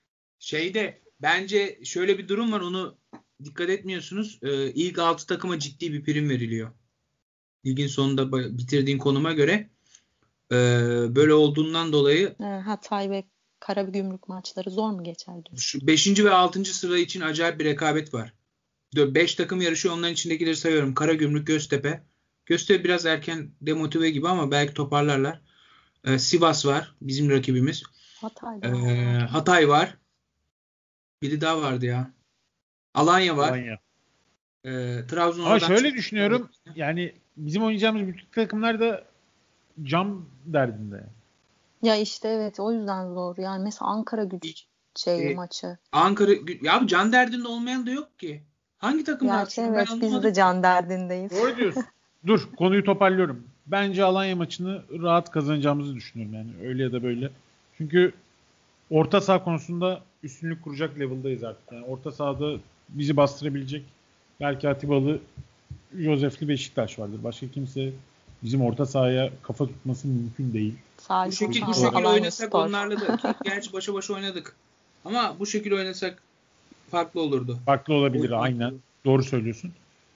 Bence şöyle bir durum var, onu dikkat etmiyorsunuz. İlk 6 takıma ciddi bir prim veriliyor. Ligin sonunda bitirdiğin konuma göre. Böyle olduğundan dolayı Hatay ve Karagümrük maçları zor mu geçer diyorsun? 5. ve 6. sıra için acayip bir rekabet var. 5 takım yarışıyor. Onların içindekileri sayıyorum. Karagümrük, Göztepe. Göztepe biraz erken demotive gibi ama belki toparlarlar. Sivas var. Bizim rakibimiz. Hatay var. Biri daha vardı ya. Alanya var. Alanya. Trabzon Ama şöyle düşünüyorum. Yani bizim oynayacağımız bütün takımlar da cam derdinde. Ya işte evet, o yüzden zor. Yani mesela Ankara Gücü maçı. Ankara ya can derdinde olmayan da yok ki. Hangi takım rahat? Gerçi evet, biz de can derdindeyiz. Doğru diyorsun. Dur, konuyu toparlıyorum. Bence Alanya maçını rahat kazanacağımızı düşünüyorum yani, öyle ya da böyle. Çünkü orta saha konusunda üstünlük kuracak level'dayız artık. Yani orta sahada bizi bastırabilecek belki Atibalı, Josef'li Beşiktaş vardır. Başka kimse bizim orta sahaya kafa tutması mümkün değil. Bu şekilde oynasak onlarla da. Gerçi başa başa oynadık. Ama bu şekilde oynasak farklı olurdu. Farklı olabilir, aynen. Doğru söylüyorsun.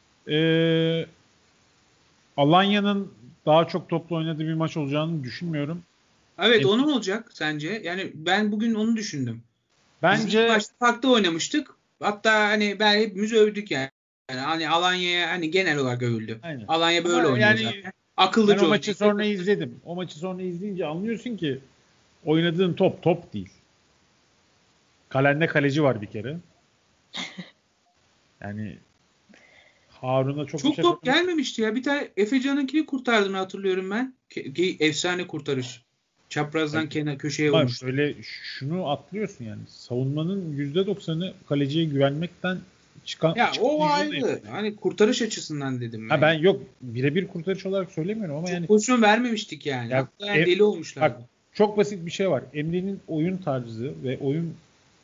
Alanya'nın daha çok toplu oynadığı bir maç olacağını düşünmüyorum. Evet, onun olacak sence? Yani ben bugün onu düşündüm. Bence biz başta farklı oynamıştık. Hatta hani hepimiz övdük yani. Yani hani Alanya'ya hani genel olarak övüldü. Aynen. Alanya böyle oynuyor yani, zaten. Akıllıca ben o maçı sonra izledim. O maçı sonra izleyince anlıyorsun ki oynadığın top değil. Kalende kaleci var bir kere. Yani Harun'a çok top gelmemişti ya. Bir tane Efecan'ınkini kurtardığını hatırlıyorum ben. Efsane kurtarış. Çaprazdan köşeye vurmuş. Şöyle şunu atlıyorsun yani. Savunmanın %90'ı kaleciye güvenmekten çıkan. Ya o ayrı. Hani kurtarış açısından dedim ben. Ben yok birebir kurtarış olarak söylemiyorum ama çok pozisyon vermemiştik yani. Hatta deli olmuşlar. Bak, çok basit bir şey var. Emre'nin oyun tarzı ve oyun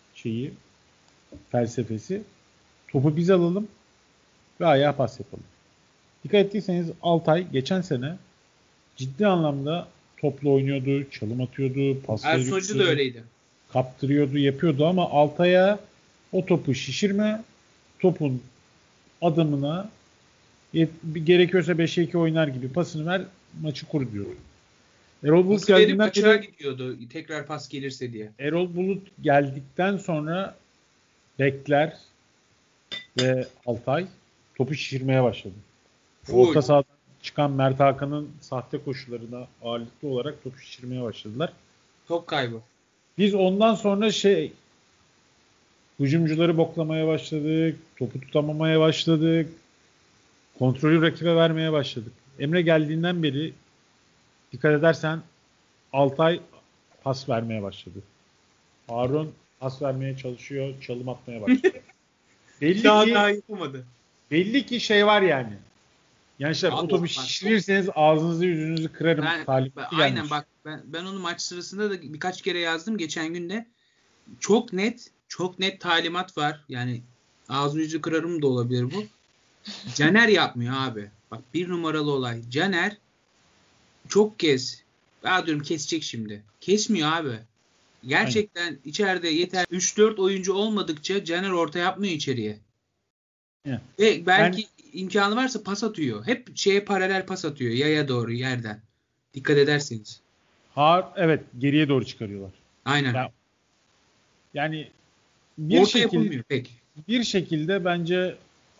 felsefesi, topu biz alalım ve ayağa pas yapalım. Dikkat ettiyseniz Altay geçen sene ciddi anlamda toplu oynuyordu, çalım atıyordu, pas veriyordu. Ersoy'cu da öyleydi. Kaptırıyordu, yapıyordu ama Altay'a o topu şişirme, topun adımına gerekiyorsa 5'e 2 oynar gibi pasını ver, maçı kur diyordu. Erol Bulut geldiğinden açığa gidiyordu tekrar pas gelirse diye. Erol Bulut geldikten sonra bekler ve Altay topu şişirmeye başladı. Orta sahadan çıkan Mert Hakan'ın sahte koşularına ağırlıklı olarak topu şişirmeye başladılar. Top kaybı. Biz ondan sonra hücumcuları boklamaya başladık. Topu tutamamaya başladık. Kontrolü rakibe vermeye başladık. Emre geldiğinden beri dikkat edersen Altay pas vermeye başladı. Harun pas vermeye çalışıyor. Çalım atmaya başladı. Daha yapamadı. Belli ki şey var yani. Gençler o topu şişirirseniz ağzınızı yüzünüzü kırarım. Aynen bak ben onu maç sırasında da birkaç kere yazdım geçen günde. Çok net talimat var. Yani ağzı yüzü kırarım da olabilir bu. Caner yapmıyor abi. Bak bir numaralı olay. Caner çok kez diyorum kesecek şimdi. Kesmiyor abi. Gerçekten aynen. İçeride yeter 3-4 oyuncu olmadıkça Caner orta yapmıyor içeriye. Evet. Ve belki imkanı varsa pas atıyor. Hep şeye paralel pas atıyor. Yaya doğru yerden. Dikkat ederseniz. Evet, geriye doğru çıkarıyorlar. Aynen. Yani orta yapılmıyor pek. Bir şekilde bence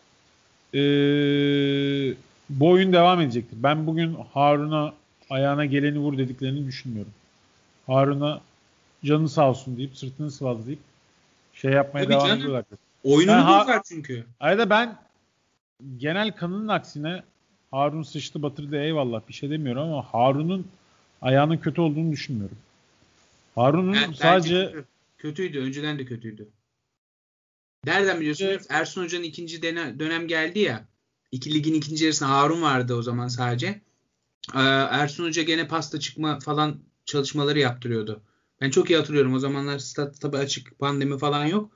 bu oyun devam edecektir. Ben bugün Harun'a ayağına geleni vur dediklerini düşünmüyorum. Harun'a canı sağ olsun deyip sırtını sıvazlayıp şey yapmaya Tabii devam ediyorlar. Oyununu bozar çünkü. Ayrıca ben genel kanının aksine Harun sıçtı batırdı eyvallah bir şey demiyorum ama Harun'un ayağının kötü olduğunu düşünmüyorum. Harun'un sadece kötüydü. Önceden de kötüydü. Nereden biliyorsunuz? Ersun Hoca'nın ikinci dönem geldi ya. Ligin ikinci yarısında Harun vardı o zaman sadece. Ersun Hoca gene pasta çıkma falan çalışmaları yaptırıyordu. Ben çok iyi hatırlıyorum. O zamanlar stat tabii açık, pandemi falan yok.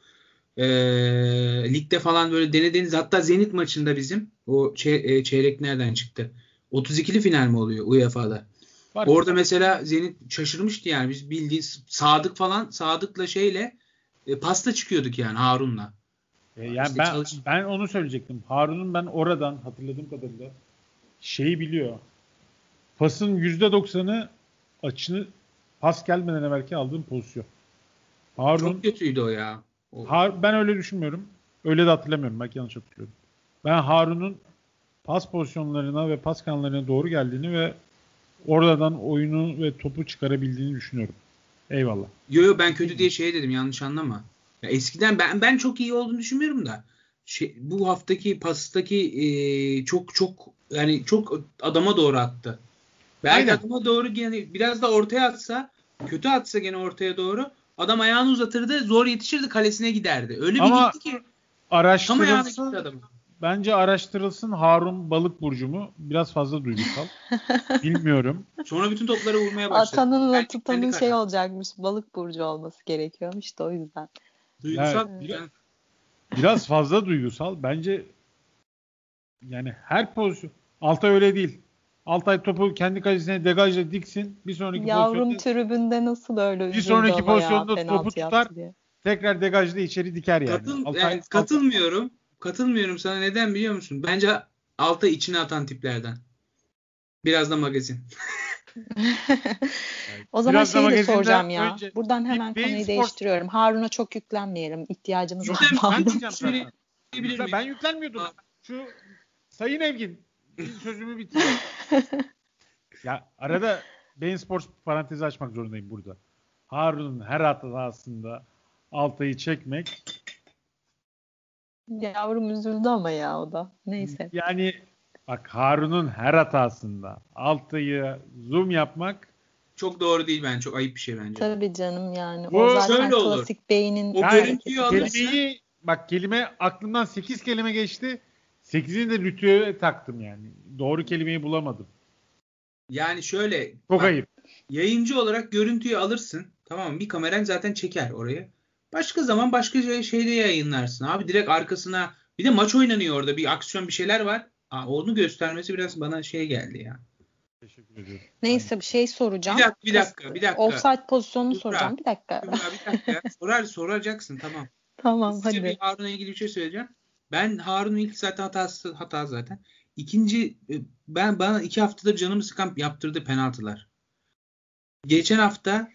Ligde falan böyle denediniz. Hatta Zenit maçında bizim o çeyrek nereden çıktı? 32'li final mi oluyor UEFA'da? Orada mesela Zenit şaşırmıştı yani. Biz bildiğiniz Sadık'la pasta çıkıyorduk yani Harun'la. Yani ben onu söyleyecektim. Harun'un ben oradan hatırladığım kadarıyla şeyi biliyor. Pasın %90'ı açını pas gelmeden evvelki aldığım pozisyon. Harun çok kötüydü o ya. Ben öyle düşünmüyorum. Öyle de hatırlamıyorum. Belki yanlış hatırlıyorum. Ben Harun'un pas pozisyonlarına ve pas kanallarına doğru geldiğini ve oradan oyunu ve topu çıkarabildiğini düşünüyorum. Eyvallah. Yo ben kötü diye dedim, yanlış anlama. Ya eskiden ben çok iyi olduğunu düşünmüyorum da bu haftaki pastaki çok adama doğru attı. Belki adama doğru yani biraz da ortaya atsa, kötü atsa gene ortaya doğru adam ayağını uzatırdı, zor yetişirdi, kalesine giderdi. Öyle bir gitti ki araştırılsın. Bence araştırılsın Harun balık burcu mu? Biraz fazla duygusal. Bilmiyorum. Sonra bütün topları vurmaya başladı. Atanın tutanın şey olacakmış. Balık burcu olması gerekiyormuş da o yüzden. Duygusal. Biraz fazla duygusal. Bence yani her pozisyon. Altay öyle değil. Altay topu kendi kalesine degajla diksin. Bir sonraki yavrum tribünde nasıl öyle bir sonraki pozisyonda topu tutar. Tekrar degajla içeri diker yani. Katılmıyorum. Katılmıyorum sana. Neden biliyor musun? Bence Altay içine atan tiplerden. Biraz da magazin. O zaman şeyi de soracağım ya. Buradan hemen konuyu değiştiriyorum. Harun'a çok yüklenmeyelim. İhtiyacımız var. Ben yüklenmiyordum. Şu Sayın Evgin sözümü bitireyim. Ya arada Bein Sports parantezi açmak zorundayım burada. Harun'un her hatasında Altay'ı çekmek. Yavrum üzüldü ama ya o da. Neyse. Yani bak Harun'un her hatasında Altay'ı zoom yapmak çok doğru değil bence. Çok ayıp bir şey bence. Tabii canım yani. O zaten klasik beynin. O görüntüyü alırsın. Kelime aklımdan 8 kelime geçti. 8'ini de rütüye taktım yani. Doğru kelimeyi bulamadım. Yani şöyle. Çok ayıp. Yayıncı olarak görüntüyü alırsın. Tamam mı? Bir kameran zaten çeker orayı. Başka zaman başka şeyde yayınlarsın. Abi direkt arkasına. Bir de maç oynanıyor orada. Bir aksiyon bir şeyler var. Onu göstermesi biraz bana geldi ya. Teşekkür ediyorum. Neyse bir şey soracağım. Bir dakika. Offside pozisyonunu soracağım. Bir dakika. Bir dakika. Soracaksın tamam. Tamam hadi. Bir Harun'la ilgili bir şey söyleyeceğim. Ben Harun'un ilk zaten hata zaten. İkinci bana 2 haftadır canımı sıkan yaptırdığı penaltılar. Geçen hafta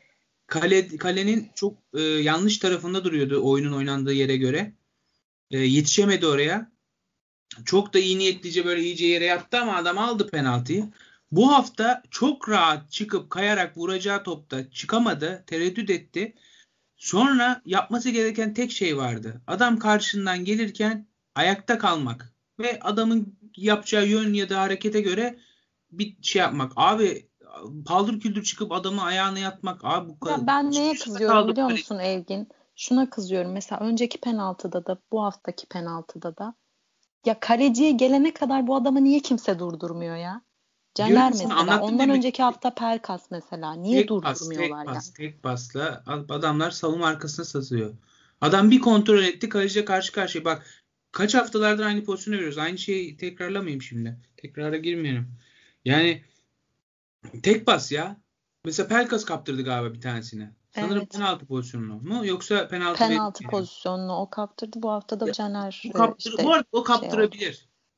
kalenin çok yanlış tarafında duruyordu oyunun oynandığı yere göre. Yetişemedi oraya. Çok da iyi niyetlice böyle iyice yere yattı ama adam aldı penaltıyı. Bu hafta çok rahat çıkıp kayarak vuracağı topta çıkamadı. Tereddüt etti. Sonra yapması gereken tek şey vardı. Adam karşından gelirken ayakta kalmak. Ve adamın yapacağı yön ya da harekete göre bir şey yapmak. Abi paldır küldür çıkıp adamın ayağına yatmak. Abi bu kadar. Ben neye kızıyorum biliyor musun Evgin? Şuna kızıyorum. Mesela önceki penaltıda da bu haftaki penaltıda da. Ya kaleciye gelene kadar bu adamı niye kimse durdurmuyor ya? Caner mesela. Ondan önceki hafta Pelkas mesela. Niye durdurmuyorlar yani? Tek pasla adamlar savunma arkasına sızıyor. Adam bir kontrol etti. Kaleciyle karşı karşıya. Bak kaç haftalardır aynı pozisyonu veriyoruz. Aynı şeyi tekrarlamayayım şimdi. Tekrara girmeyelim. Yani tek pas ya. Mesela Pelkas kaptırdı galiba bir tanesini. Sanırım penaltı pozisyonunu mu? Yoksa penaltı pozisyonunu o kaptırdı. Bu hafta da Caner bu arada o kaptırabilir.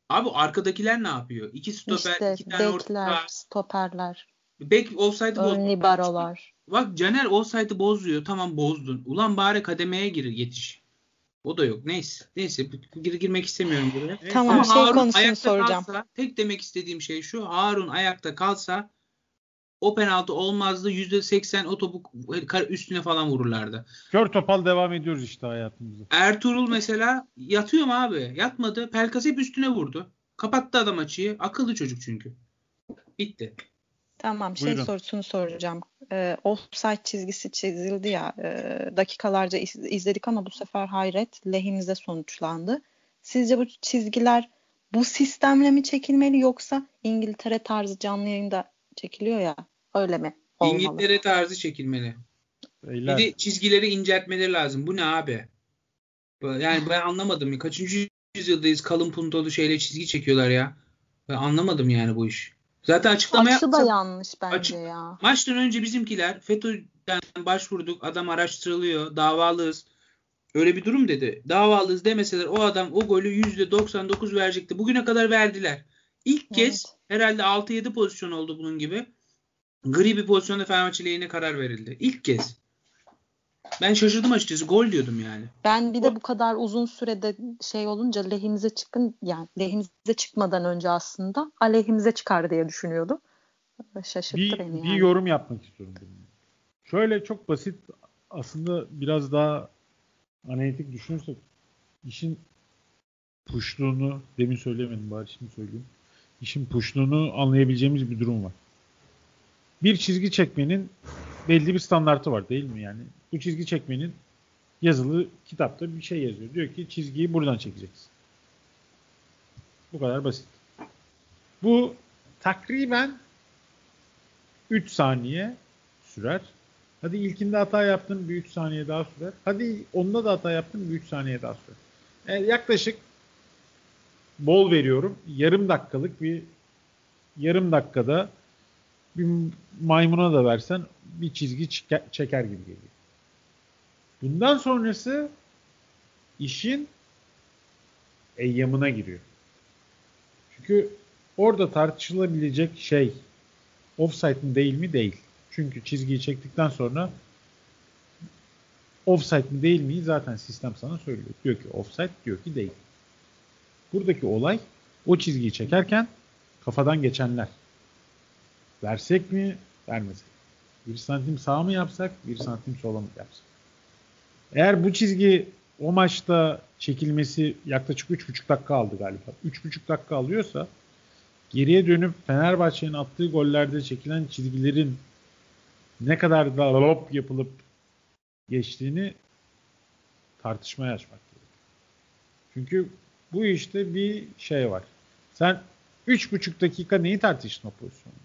Abi arkadakiler ne yapıyor? İki stoper, İşte iki tane orta bekler, saha. stoperler, Bek offside'ı ön bozdu. liberolar. Bak Caner offside'ı bozuyor. Tamam bozdun. Ulan bari kademeye gir yetiş. O da yok. Neyse girmek istemiyorum buraya. Tamam, Ama Harun konusunu ayakta soracağım. kalsa, tek demek istediğim şey şu. Harun ayakta kalsa o penaltı olmazdı. %80 o topu üstüne falan vururlardı. Kör topal devam ediyoruz işte hayatımıza. Ertuğrul mesela yatıyor mu abi? Yatmadı. Pelkas hep üstüne vurdu. Kapattı adam açıyı. Akıllı çocuk çünkü. Bitti. Tamam, Buyurun. sorusunu soracağım. Offside çizgisi çizildi ya, dakikalarca izledik ama bu sefer hayret lehimize sonuçlandı. Sizce bu çizgiler bu sistemle mi çekilmeli yoksa İngiltere tarzı canlı yayında çekiliyor ya, öyle mi olmalı? İngiltere tarzı çekilmeli. Beyler. Bir de çizgileri inceltmeleri lazım. Bu ne abi? Yani ben anlamadım. Kaçıncı yüzyıldayız? Kalın puntolu şeyle çizgi çekiyorlar ya. Ben anlamadım yani bu iş. Zaten açıklama Açı da yapmasa yanlış bence ya. maçtan önce bizimkiler FETÖ'den başvurduk. Adam araştırılıyor. Davalıyız. Öyle bir durum dedi. Davalıyız demeseler o adam o golü %99 verecekti. Bugüne kadar verdiler. İlk kez herhalde 6-7 pozisyon oldu bunun gibi. Gri bir pozisyonda Fenerbahçe lehine karar verildi. İlk kez. Ben şaşırdım açıkçası. Gol diyordum yani. Ben bir de bu kadar uzun sürede şey olunca lehimize çıkmadan önce aslında aleyhimize çıkar diye düşünüyordum. Şaşırttı beni yani. Bir yorum yapmak istiyorum bununla. Şöyle çok basit, aslında biraz daha analitik düşünürsek işin puşluğunu, demin söyleyemedim bari şimdi söyleyeyim. İşin puşluğunu anlayabileceğimiz bir durum var. Bir çizgi çekmenin belli bir standartı var değil mi yani? Bu çizgi çekmenin yazılı kitapta bir şey yazıyor. Diyor ki çizgiyi buradan çekeceksin. Bu kadar basit. Bu takriben 3 saniye sürer. Hadi ilkinde hata yaptın, bir 3 saniye daha sürer. Hadi onda da hata yaptın, bir 3 saniye daha sürer. Yani yaklaşık bol veriyorum. Yarım dakikada bir maymuna da versen bir çizgi çeker gibi geliyor. Bundan sonrası işin eyyamına giriyor. Çünkü orada tartışılabilecek şey offside mi değil mi? Değil. Çünkü çizgiyi çektikten sonra offside mi değil mi zaten sistem sana söylüyor. Diyor ki offside, diyor ki değil. Buradaki olay o çizgiyi çekerken kafadan geçenler. Versek mi? Vermesek. 1 santim sağa mı yapsak? 1 santim sola mı yapsak? Eğer bu çizgi o maçta çekilmesi yaklaşık 3,5 dakika aldı galiba. 3,5 dakika alıyorsa geriye dönüp Fenerbahçe'nin attığı gollerde çekilen çizgilerin ne kadar da lop yapılıp geçtiğini tartışmaya açmak gerekiyor. Çünkü bu işte bir şey var. Sen 3,5 dakika neyi tartıştın o pozisyonda?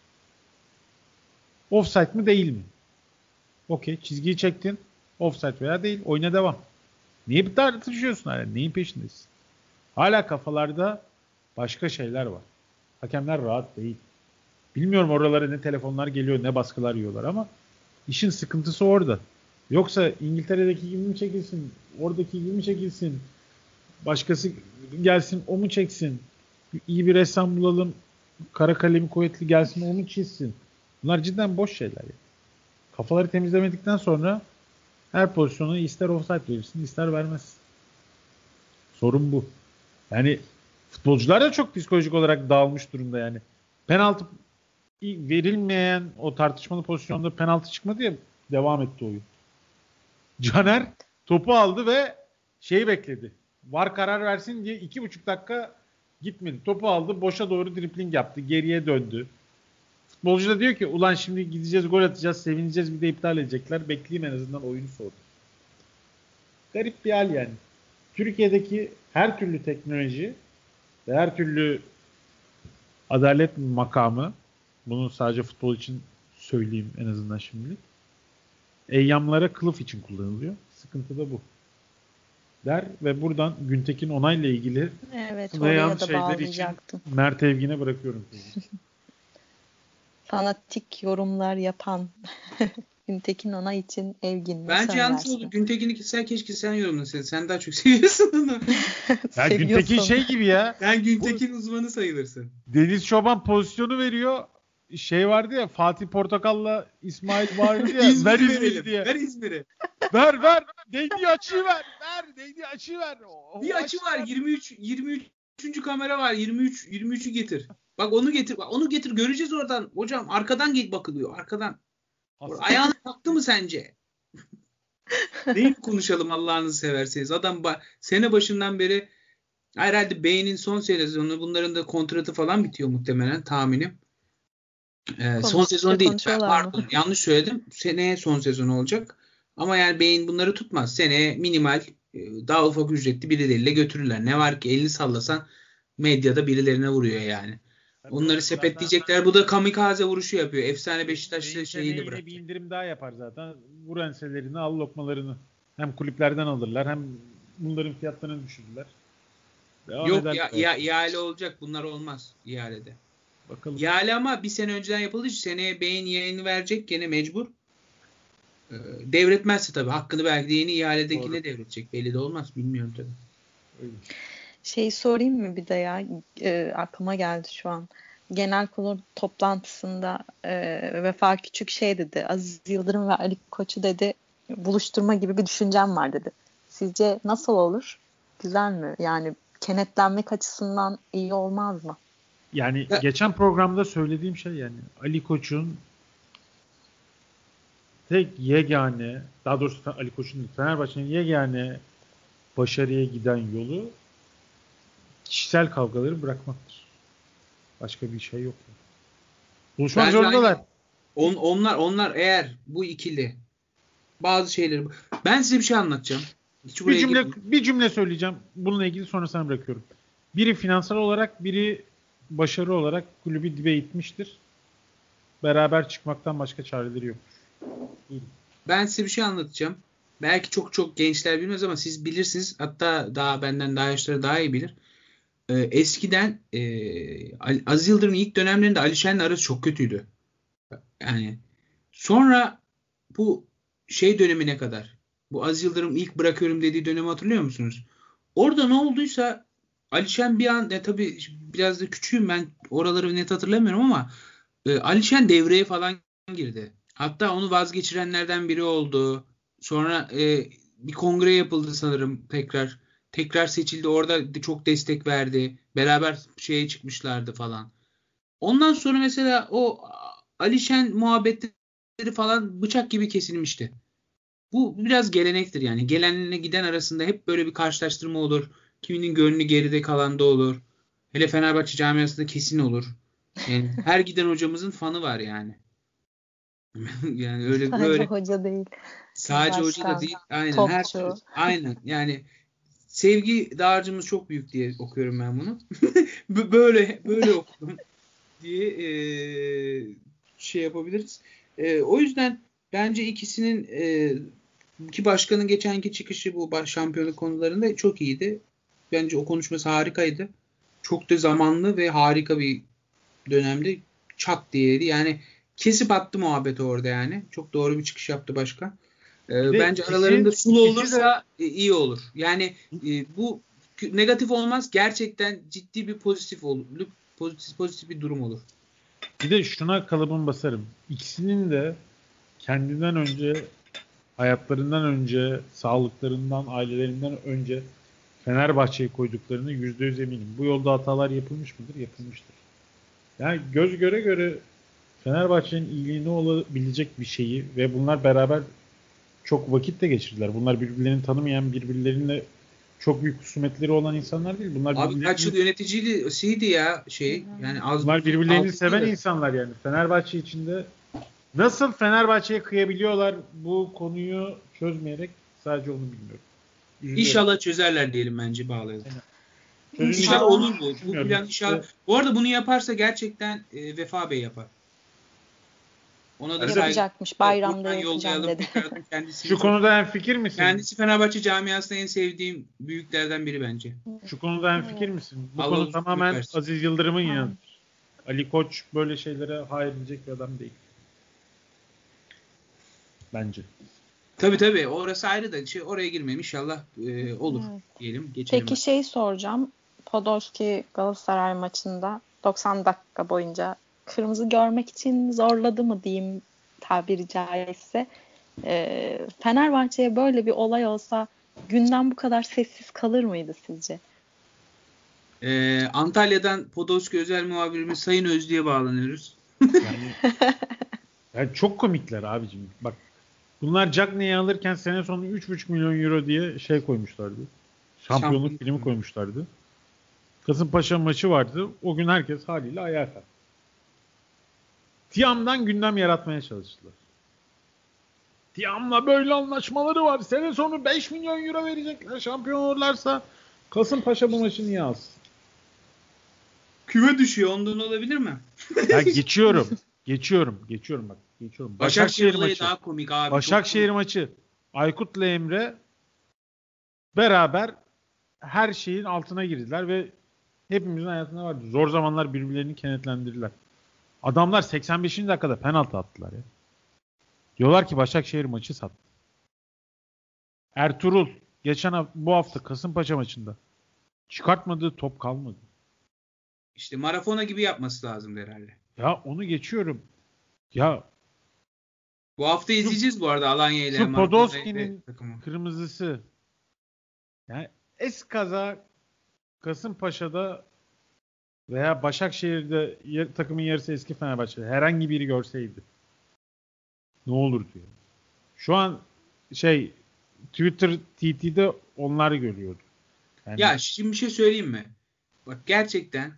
Offside mi değil mi? Okey, çizgiyi çektin. Offside veya değil. Oyuna devam. Niye bir tartışıyorsun hala? Neyin peşindesin? Hala kafalarda başka şeyler var. Hakemler rahat değil. Bilmiyorum oralara ne telefonlar geliyor, ne baskılar yiyorlar ama işin sıkıntısı orada. Yoksa İngiltere'deki gibi mi çekilsin, oradaki gibi mi çekilsin, başkası gelsin o mu çeksin, iyi bir ressam bulalım, kara kalemi kuvvetli gelsin o mu çizsin. Bunlar cidden boş şeyler. Yani. Kafaları temizlemedikten sonra her pozisyona ister offside verirsin, ister vermezsin. Sorun bu. Yani futbolcular da çok psikolojik olarak dağılmış durumda yani. Penaltı verilmeyen o tartışmalı pozisyonda penaltı çıkmadı ya, devam etti oyun. Caner topu aldı ve şeyi bekledi. VAR karar versin diye 2,5 dakika gitmedi. Topu aldı, boşa doğru dribling yaptı, geriye döndü. Futbolcu da diyor ki ulan şimdi gideceğiz, gol atacağız, sevineceğiz, bir de iptal edecekler. Bekleyeyim en azından oyunu soğudu. Garip bir hal yani. Türkiye'deki her türlü teknoloji ve her türlü adalet makamı, bunu sadece futbol için söyleyeyim en azından şimdilik, eyyamlara kılıf için kullanılıyor. Sıkıntı da bu. Der ve buradan Güntekin Onay'la ilgili oraya da şeyler için Mert Evgin'e bırakıyorum sizi. Fanatik yorumlar yapan Güntekin ona için Evgin. Bence yanlış oldu. Güntekin'i keşke sen yorumlasaydın. Sen daha çok seviyorsun onu. Ya Güntekin şey gibi ya. Sen Güntekin uzmanı sayılırsın. Deniz Çoban pozisyonu veriyor. Şey vardı ya, Fatih Portakal'la İsmail vardı ya. İzmir'i ver İzmir'i diye. Ver İzmir'i. Ver. Değdiği açıyı ver. Değdiği açıyı ver. Bir açı var. 23. kamera var. 23'ü getir. Bak onu getir. Bak onu getir. Göreceğiz oradan. Hocam arkadan bakılıyor. Arkadan. Ayağını taktı mı sence? Neyi konuşalım Allah'ınızı severseniz. Adam sene başından beri herhalde Bey'in son sezonu, bunların da kontratı falan bitiyor muhtemelen, tahminim. Son sezonu değil. Pardon, yanlış söyledim. Seneye son sezonu olacak. Ama yani Bey'in bunları tutmaz. Seneye minimal daha ufak ücretli birileriyle götürürler. Ne var ki elini sallasan medyada birilerine vuruyor yani. Onları sepetleyecekler. Bu da kamikaze vuruşu yapıyor. Efsane Beşiktaş'ta şeyini bırak. Bir indirim daha yapar zaten. Vur enselerini, al lokmalarını. Hem kulüplerden alırlar, hem bunların fiyatlarını düşürürler. Yok ihale olacak. Bunlar olmaz ihalede. Bakalım. İhale ama bir sene önceden yapıldığı için seneye Beyin yayını verecek. Gene mecbur. Devretmezse tabii. Hakkını belki de yeni ihaledekine devredecek. Belli de olmaz. Bilmiyorum tabii. Öyle. Şey sorayım mı bir de ya? Aklıma geldi şu an. Genel kurul toplantısında Vefa Küçük şey dedi. Aziz Yıldırım ve Ali Koç'u dedi buluşturma gibi bir düşüncem var dedi. Sizce nasıl olur? Güzel mi? Yani kenetlenmek açısından iyi olmaz mı? Yani geçen programda söylediğim şey, yani Ali Koç'un tek yegane, daha doğrusu Ali Koç'un Fenerbahçe'nin yegane başarıya giden yolu kişisel kavgaları bırakmaktır. Başka bir şey yok. Buluşmak zorundalar. Onlar eğer bu ikili bazı şeyleri, ben size bir şey anlatacağım. Bir cümle söyleyeceğim. Bununla ilgili sonra sana bırakıyorum. Biri finansal olarak, biri başarı olarak kulübü dibe itmiştir. Beraber çıkmaktan başka çareleri yok. Ben size bir şey anlatacağım. Belki çok gençler bilmez ama siz bilirsiniz. Hatta benden daha yaşları daha iyi bilir. Eskiden Aziz Yıldırım'ın ilk dönemlerinde Alişen'le arası çok kötüydü. Yani sonra bu şey dönemine kadar, bu Aziz Yıldırım ilk bırakıyorum dediği dönemi hatırlıyor musunuz? Orada ne olduysa Alişen bir an, tabii biraz da küçüğüm ben, oraları net hatırlamıyorum ama Alişen devreye falan girdi. Hatta onu vazgeçirenlerden biri oldu. Sonra bir kongre yapıldı sanırım tekrar. Tekrar seçildi. Orada çok destek verdi. Beraber şeye çıkmışlardı falan. Ondan sonra mesela o Alişen muhabbetleri falan bıçak gibi kesilmişti. Bu biraz gelenektir yani. Gelenle giden arasında hep böyle bir karşılaştırma olur. Kiminin gönlü geride kalan da olur. Hele Fenerbahçe camiasında kesin olur. Yani her giden hocamızın fanı var yani. Yani öyle Sadece böyle. hoca değil. Sadece hoca da değil. Aynen. Aynen. Yani sevgi dağarcığımız çok büyük diye okuyorum ben bunu. böyle okudum diye şey yapabiliriz. O yüzden bence ikisinin iki başkanın geçenki çıkışı bu şampiyonluk konularında çok iyiydi. Bence o konuşması harikaydı. Çok da zamanlı ve harika bir dönemde çat diyeydi. Yani kesip attı muhabbeti orada yani. Çok doğru bir çıkış yaptı başkan. Bence aralarında sulu olursa iyi olur. Yani bu negatif olmaz. Gerçekten ciddi bir pozitif olur. Pozitif bir durum olur. Bir de şuna kalıbımı basarım. İkisinin de kendinden önce, hayatlarından önce, sağlıklarından, ailelerinden önce Fenerbahçe'yi koyduklarını %100 eminim. Bu yolda hatalar yapılmış mıdır? Yapılmıştır. Yani göz göre göre Fenerbahçe'nin iyiliğine olabilecek bir şeyi ve bunlar beraber çok vakit de geçirdiler. Bunlar birbirlerini tanımayan, birbirleriyle çok büyük husumetleri olan insanlar değil. Bunlar abi kaç yıl yöneticiydi ya şey. Yani bunlar birbirlerini seven insanlar yani. Fenerbahçe içinde nasıl Fenerbahçe'ye kıyabiliyorlar bu konuyu çözmeyerek, sadece onu bilmiyorum. İnşallah çözerler diyelim, bence bağlayalım. İnşallah olur bu. Bu plan inşallah. Bu arada bunu yaparsa gerçekten Vefa Bey yapar. Ona da yapacakmış. Bayramda yapacağım dedi. Şu konuda hemfikir misin? Kendisi Fenerbahçe camiasında en sevdiğim büyüklerden biri bence. Şu konuda hemfikir misin? Bu konu tamamen Aziz Yıldırım'ın yanıdır. Ali Koç böyle şeylere hayır diyecek bir adam değil. bence. Tabii orası ayrı da oraya girmeyeyim inşallah olur diyelim. Geçelim. Peki soracağım. Podolski Galatasaray maçında 90 dakika boyunca kırmızı görmek için zorladı mı diyeyim tabiri caizse. Fenerbahçe'ye böyle bir olay olsa gündem bu kadar sessiz kalır mıydı sizce? Antalya'dan Podolski özel muhabirimiz Sayın Özlü'ye bağlanıyoruz. Yani çok komikler abicim. Bak bunlar Cagney'i alırken sene sonu 3,5 milyon euro diye koymuşlardı. Şampiyonluk filmi koymuşlardı. Kasımpaşa maçı vardı. O gün herkes haliyle ayağa kalktı. Tiam'dan gündem yaratmaya çalıştılar. Tiam'la böyle anlaşmaları var. Sene sonu 5 milyon euro verecekler. Şampiyon olurlarsa Kasımpaşa bu maçı niye alsın? Küme düşüyor. Ondan olabilir mi? Ya geçiyorum bak. Başakşehir maçı. Daha komik abi. Başakşehir maçı. Aykut'la Emre beraber her şeyin altına girdiler ve hepimizin hayatında vardı. Zor zamanlar birbirlerini kenetlendirdiler. Adamlar 85. dakikada penaltı attılar ya. Diyorlar ki Başakşehir maçı sattı. Ertuğrul bu hafta Kasımpaşa maçında çıkartmadığı top kalmadı. İşte Marafona gibi yapması lazım herhalde. Ya onu geçiyorum. Ya bu hafta izleyeceğiz bu arada Alanya ile. Şu Podolski'nin kırmızısı. Yani eskaza Kasımpaşa'da veya Başakşehir'de takımın yarısı eski Fenerbahçe'de herhangi biri görseydi ne olur diyor. Şu an Twitter TT'de onlar görüyordu. Yani... Ya şimdi bir şey söyleyeyim mi? Bak gerçekten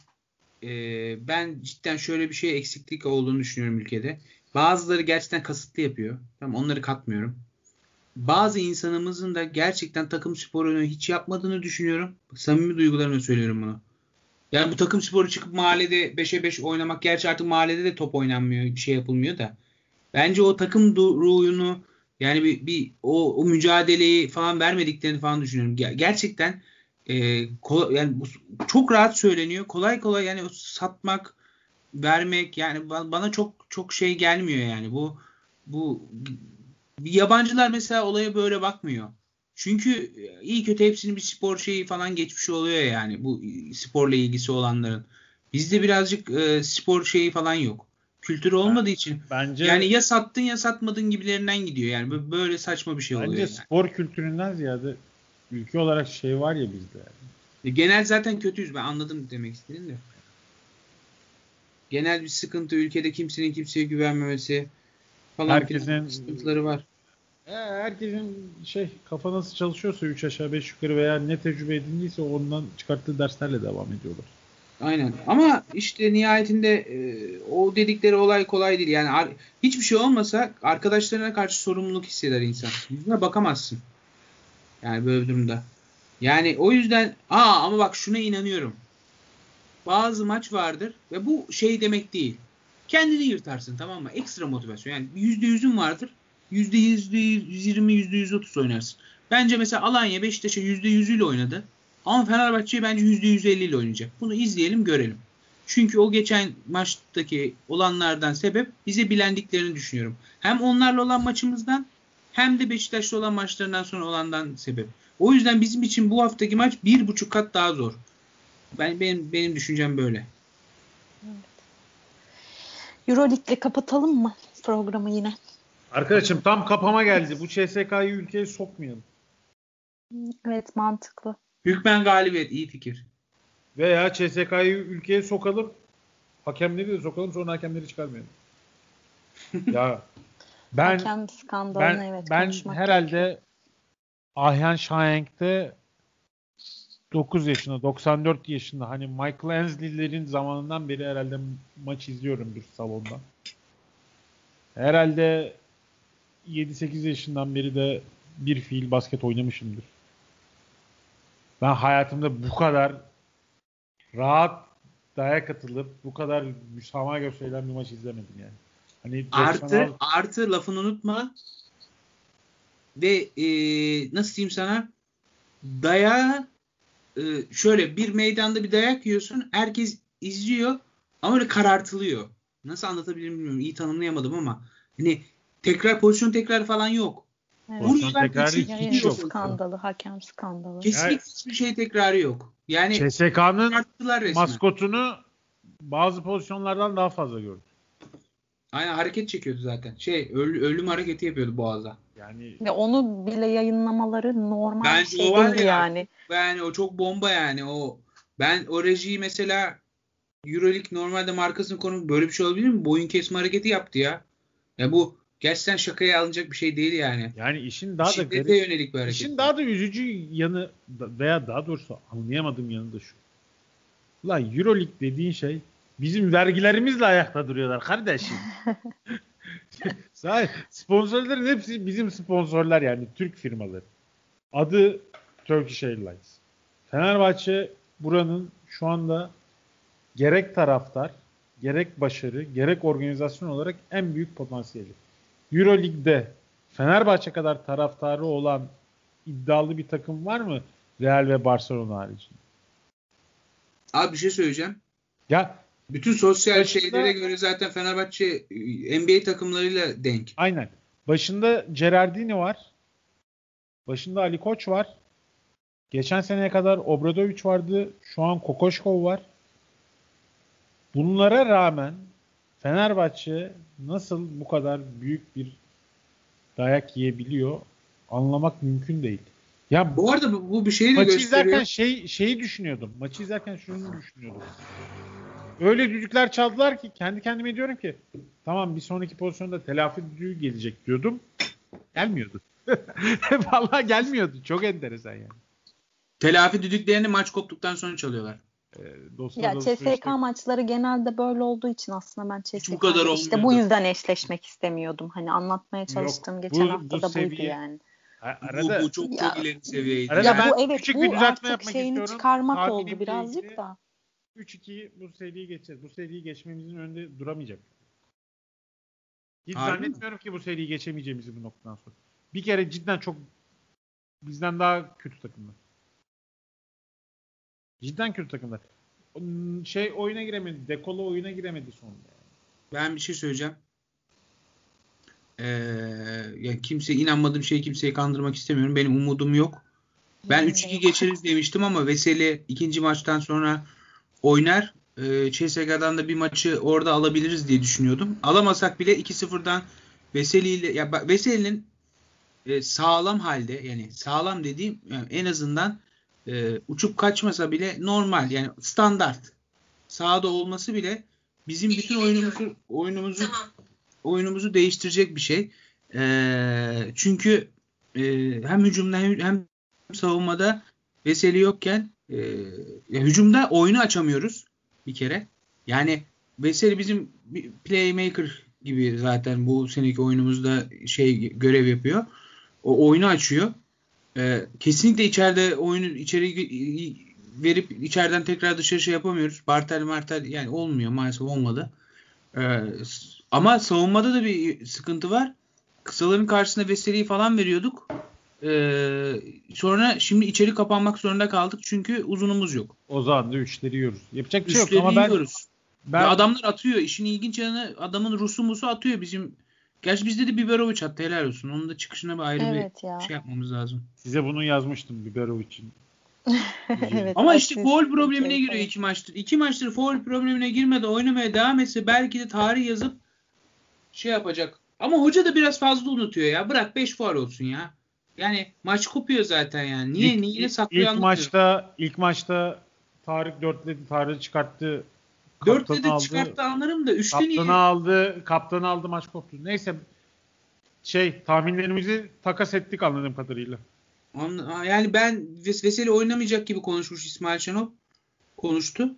ben cidden şöyle bir şey eksiklik olduğunu düşünüyorum ülkede. Bazıları gerçekten kasıtlı yapıyor. Tamam, onları katmıyorum. Bazı insanımızın da gerçekten takım sporunu hiç yapmadığını düşünüyorum. Samimi duygularımla söylüyorum bunu. Yani bu takım sporu çıkıp mahallede 5'e 5 oynamak, gerçi artık mahallede de top oynanmıyor, bir şey yapılmıyor da. Bence o takım ruhunu yani o mücadeleyi falan vermediklerini falan düşünüyorum. Gerçekten yani çok rahat söyleniyor. Kolay kolay yani satmak, vermek yani bana çok şey gelmiyor yani. Bu yabancılar mesela olaya böyle bakmıyor. Çünkü iyi kötü hepsinin bir spor şeyi falan geçmiş oluyor yani bu sporla ilgisi olanların. Bizde birazcık spor şeyi falan yok. Kültürü olmadığı için bence yani ya sattın ya satmadın gibilerinden gidiyor yani böyle saçma bir şey oluyor. Bence spor kültüründen ziyade ülke olarak var ya bizde yani. Genel zaten kötüyüz, ben anladım demek istediğini de. Genel bir sıkıntı, ülkede kimsenin kimseye güvenmemesi falan, herkesin sıkıntıları var. Herkesin kafa nasıl çalışıyorsa 3 aşağı 5 yukarı veya ne tecrübe edindiyse ondan çıkarttığı derslerle devam ediyorlar. Aynen. Ama işte nihayetinde o dedikleri olay kolay değil. Yani hiçbir şey olmasa arkadaşlarına karşı sorumluluk hisseder insan. Yüzüne bakamazsın. Yani böyle bir durumda. Yani o yüzden ama bak şuna inanıyorum. Bazı maç vardır ve bu demek değil. Kendini yırtarsın, tamam mı? Ekstra motivasyon. Yani %100'ün vardır. %120, %130 oynarsın. Bence mesela Alanya Beşiktaş'a %100'üyle oynadı. Ama Fenerbahçe'ye bence %150 ile oynayacak. Bunu izleyelim, görelim. Çünkü o geçen maçtaki olanlardan sebep bize bilendiklerini düşünüyorum. Hem onlarla olan maçımızdan hem de Beşiktaş'la olan maçlarından sonra olandan sebep. O yüzden bizim için bu haftaki maç 1,5 kat daha zor. Benim düşüncem böyle. Euroleague'le kapatalım mı programı yine? Arkadaşım tam kapama geldi. Bu CSK'yı ülkeye sokmayalım. Evet, mantıklı. Hükmen galibiyet, iyi fikir. Veya CSK'yı ülkeye sokalım. Hakemleri de sokalım, sonra hakemleri çıkarmayalım. Ya hakem skandalını ben herhalde Ahyan Şahenk'te 9 yaşında, 94 yaşında hani Michael Ainsley'lerin zamanından beri herhalde maç izliyorumdur salonda. Herhalde 7-8 yaşından beri de bir fiil basket oynamışımdır. Ben hayatımda bu kadar rahat dayak atılıp bu kadar müsamaha gösterilen bir maç izlemedim yani. Hani artı lafını unutma ve nasıl diyeyim sana, dayağı şöyle bir meydanda bir dayak yiyorsun, herkes izliyor ama öyle karartılıyor. Nasıl anlatabilirim bilmiyorum, iyi tanımlayamadım ama hani pozisyon tekrar falan yok. Evet. Pozisyon tekrarı Hiç hiç yok. Skandalı, hakem skandalı. Kesinlikle hiçbir şey tekrarı yok. Yani CSK'nın arttılar resmen. maskotunu bazı pozisyonlardan daha fazla gördük. Aynen hareket çekiyordu zaten. Ölüm hareketi yapıyordu boğaza. Yani Ve onu bile yayınlamaları normal bir bence şey o var değil ya, yani. yani o çok bomba yani. Ben o rejiyi mesela Euroleague normalde markasını konup böyle bir şey olabilir mi? Boyun kesme hareketi yaptı ya. Ya bu gerçekten şakaya alınacak bir şey değil yani. işin daha da Şiddete yönelik bir hareket. İşin daha da üzücü yanı veya daha doğrusu anlayamadığım yanı da şu. Ulan Euroleague dediğin şey bizim vergilerimizle ayakta duruyorlar kardeşim. Sponsorların hepsi bizim sponsorlar yani Türk firmaları. Adı Turkish Airlines. Fenerbahçe buranın şu anda gerek taraftar, gerek başarı, gerek organizasyon olarak en büyük potansiyeli. Euroleague'de Fenerbahçe kadar taraftarı olan iddialı bir takım var mı? Real ve Barcelona haricinde. Abi bir şey söyleyeceğim. Ya bütün sosyal başında, şeylere göre zaten Fenerbahçe NBA takımlarıyla denk. Aynen. Başında Gerardini var. Başında Ali Koç var. Geçen seneye kadar Obradović vardı. Şu an Kokoşkov var. Bunlara rağmen Fenerbahçe nasıl bu kadar büyük bir dayak yiyebiliyor anlamak mümkün değil. Ya bu arada bu bir şeyi de maçı gösteriyor. izlerken şeyi düşünüyordum. Maçı izlerken şunu düşünüyordum. Öyle düdükler çaldılar ki kendi kendime diyorum ki tamam bir sonraki pozisyonda telafi düdüğü gelecek diyordum. Gelmiyordu. Vallahi gelmiyordu. Çok enteresan yani. Telafi düdüklerini maç koptuktan sonra çalıyorlar. Ya CSK maçları genelde böyle olduğu için aslında ben CSK'da işte bu yüzden eşleşmek istemiyordum. Hani anlatmaya çalıştığım geçen hafta da seviye, buydu yani. Bu çok ileri seviyeydi. Arada ben bu evet küçük bu bir düzeltme artık yapmak şeyini istiyorum. çıkarmak Tahminimle oldu birazcık ilgili da. 3-2 bu seriyi geçeceğiz. Bu seriyi geçmemizin önünde duramayacak. Hiç Harbi zannetmiyorum ki bu seriyi geçemeyeceğimizi bu noktadan sonra. Bir kere cidden çok bizden daha kötü takımlar. Cidden kötü takımlar. Oyuna giremedi. Dekolo oyuna giremedi sonunda. Ben bir şey söyleyeceğim. Yani inanmadığım şeyi kimseyi kandırmak istemiyorum. Benim umudum yok. Ben 3-2 geçeriz demiştim ama Veseli ikinci maçtan sonra oynar. CSK'dan da bir maçı orada alabiliriz diye düşünüyordum. Alamasak bile 2-0'dan Veseli'nin sağlam halde, yani sağlam dediğim yani en azından uçup kaçmasa bile normal, yani standart sahada olması bile bizim bütün oyunumuzu değiştirecek bir şey. Çünkü hem hücumda hem savunmada Veseli yokken hücumda oyunu açamıyoruz bir kere. Yani Veseli bizim playmaker gibi zaten bu seneki oyunumuzda görev yapıyor. O oyunu açıyor. Kesinlikle içeride oyunu içeri verip içeriden tekrar dışarı yapamıyoruz. Bartel yani olmuyor, maalesef olmadı. Ama savunmada da bir sıkıntı var. Kısaların karşısında Veseli'yi falan veriyorduk. Sonra şimdi içeri kapanmak zorunda kaldık çünkü uzunumuz yok. O zaman da üçleri yiyoruz. Yapacak bir şey yok Üçleri ama yiyoruz. ben adamlar atıyor. İşin ilginç yanı adamın Rus'u atıyor bizim. Gerçi bizde de Biberovic attı, helal olsun. Onun da çıkışına bir ayrı bir şey yapmamız lazım. Size bunu yazmıştım Biberovic'in. Evet, ama işte foul problemine giriyor 2 maçtır. 2 maçtır foul problemine girmeden oynamaya devam etse belki de tarih yazıp yapacak. Ama hoca da biraz fazla unutuyor ya. Bırak 5 foul olsun ya. Yani maç kopuyor zaten yani. Niye saklıyor anlamıyorum. İlk maçta Tarık dörtledi. Tarık çıkarttı. Dörtledi çıkarttı anlarım da 3'te niye? Kaptanı aldı, maç koptu. Neyse tahminlerimizi takas ettik anladığım kadarıyla. Yani ben Veseli oynamayacak gibi konuşmuş İsmail Şenol. Konuştu.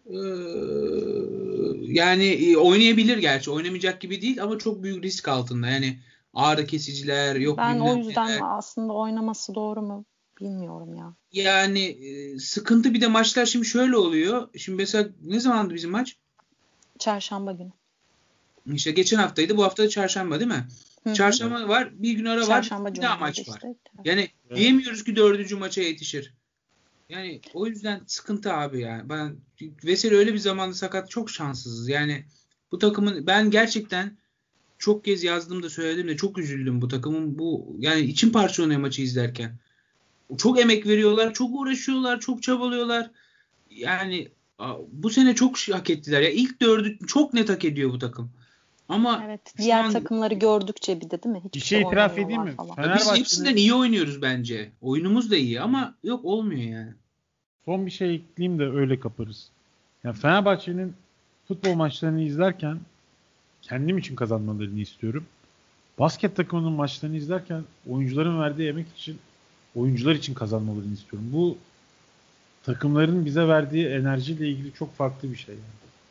Yani oynayabilir gerçi. Oynamayacak gibi değil ama çok büyük risk altında. Yani ağrı kesiciler yok. Ben o yüzden aslında oynaması doğru mu bilmiyorum ya. Yani sıkıntı, bir de maçlar şimdi şöyle oluyor. Şimdi mesela ne zamandı bizim maç? Çarşamba günü. İşte geçen haftaydı. Bu hafta da çarşamba değil mi? Hı-hı. Çarşamba var. Bir gün ara çarşamba var. Bir daha maç işte. var. Yani diyemiyoruz ki 4. maça yetişir. Yani o yüzden sıkıntı abi yani. Veseli öyle bir zamanda sakat, çok şanssızız. Yani bu takımın ben gerçekten çok kez yazdım da söyledim de çok üzüldüm bu takımın yani içim parçalanıyor maçı izlerken. Çok emek veriyorlar, çok uğraşıyorlar, çok çabalıyorlar. Yani bu sene çok hak ettiler. Ya ilk dördü çok net hak ediyor bu takım. Ama evet, diğer takımları gördükçe bir de değil mi? Bir şey itiraf edeyim mi? Biz hepsinden iyi oynuyoruz bence. Oyunumuz da iyi ama yok olmuyor yani. Son bir şey ekleyeyim de öyle kaparız. Yani Fenerbahçe'nin futbol maçlarını izlerken kendim için kazanmalarını istiyorum. Basket takımının maçlarını izlerken oyuncuların verdiği emek için oyuncular için kazanmalarını istiyorum. Bu takımların bize verdiği enerjiyle ilgili çok farklı bir şey. Yani.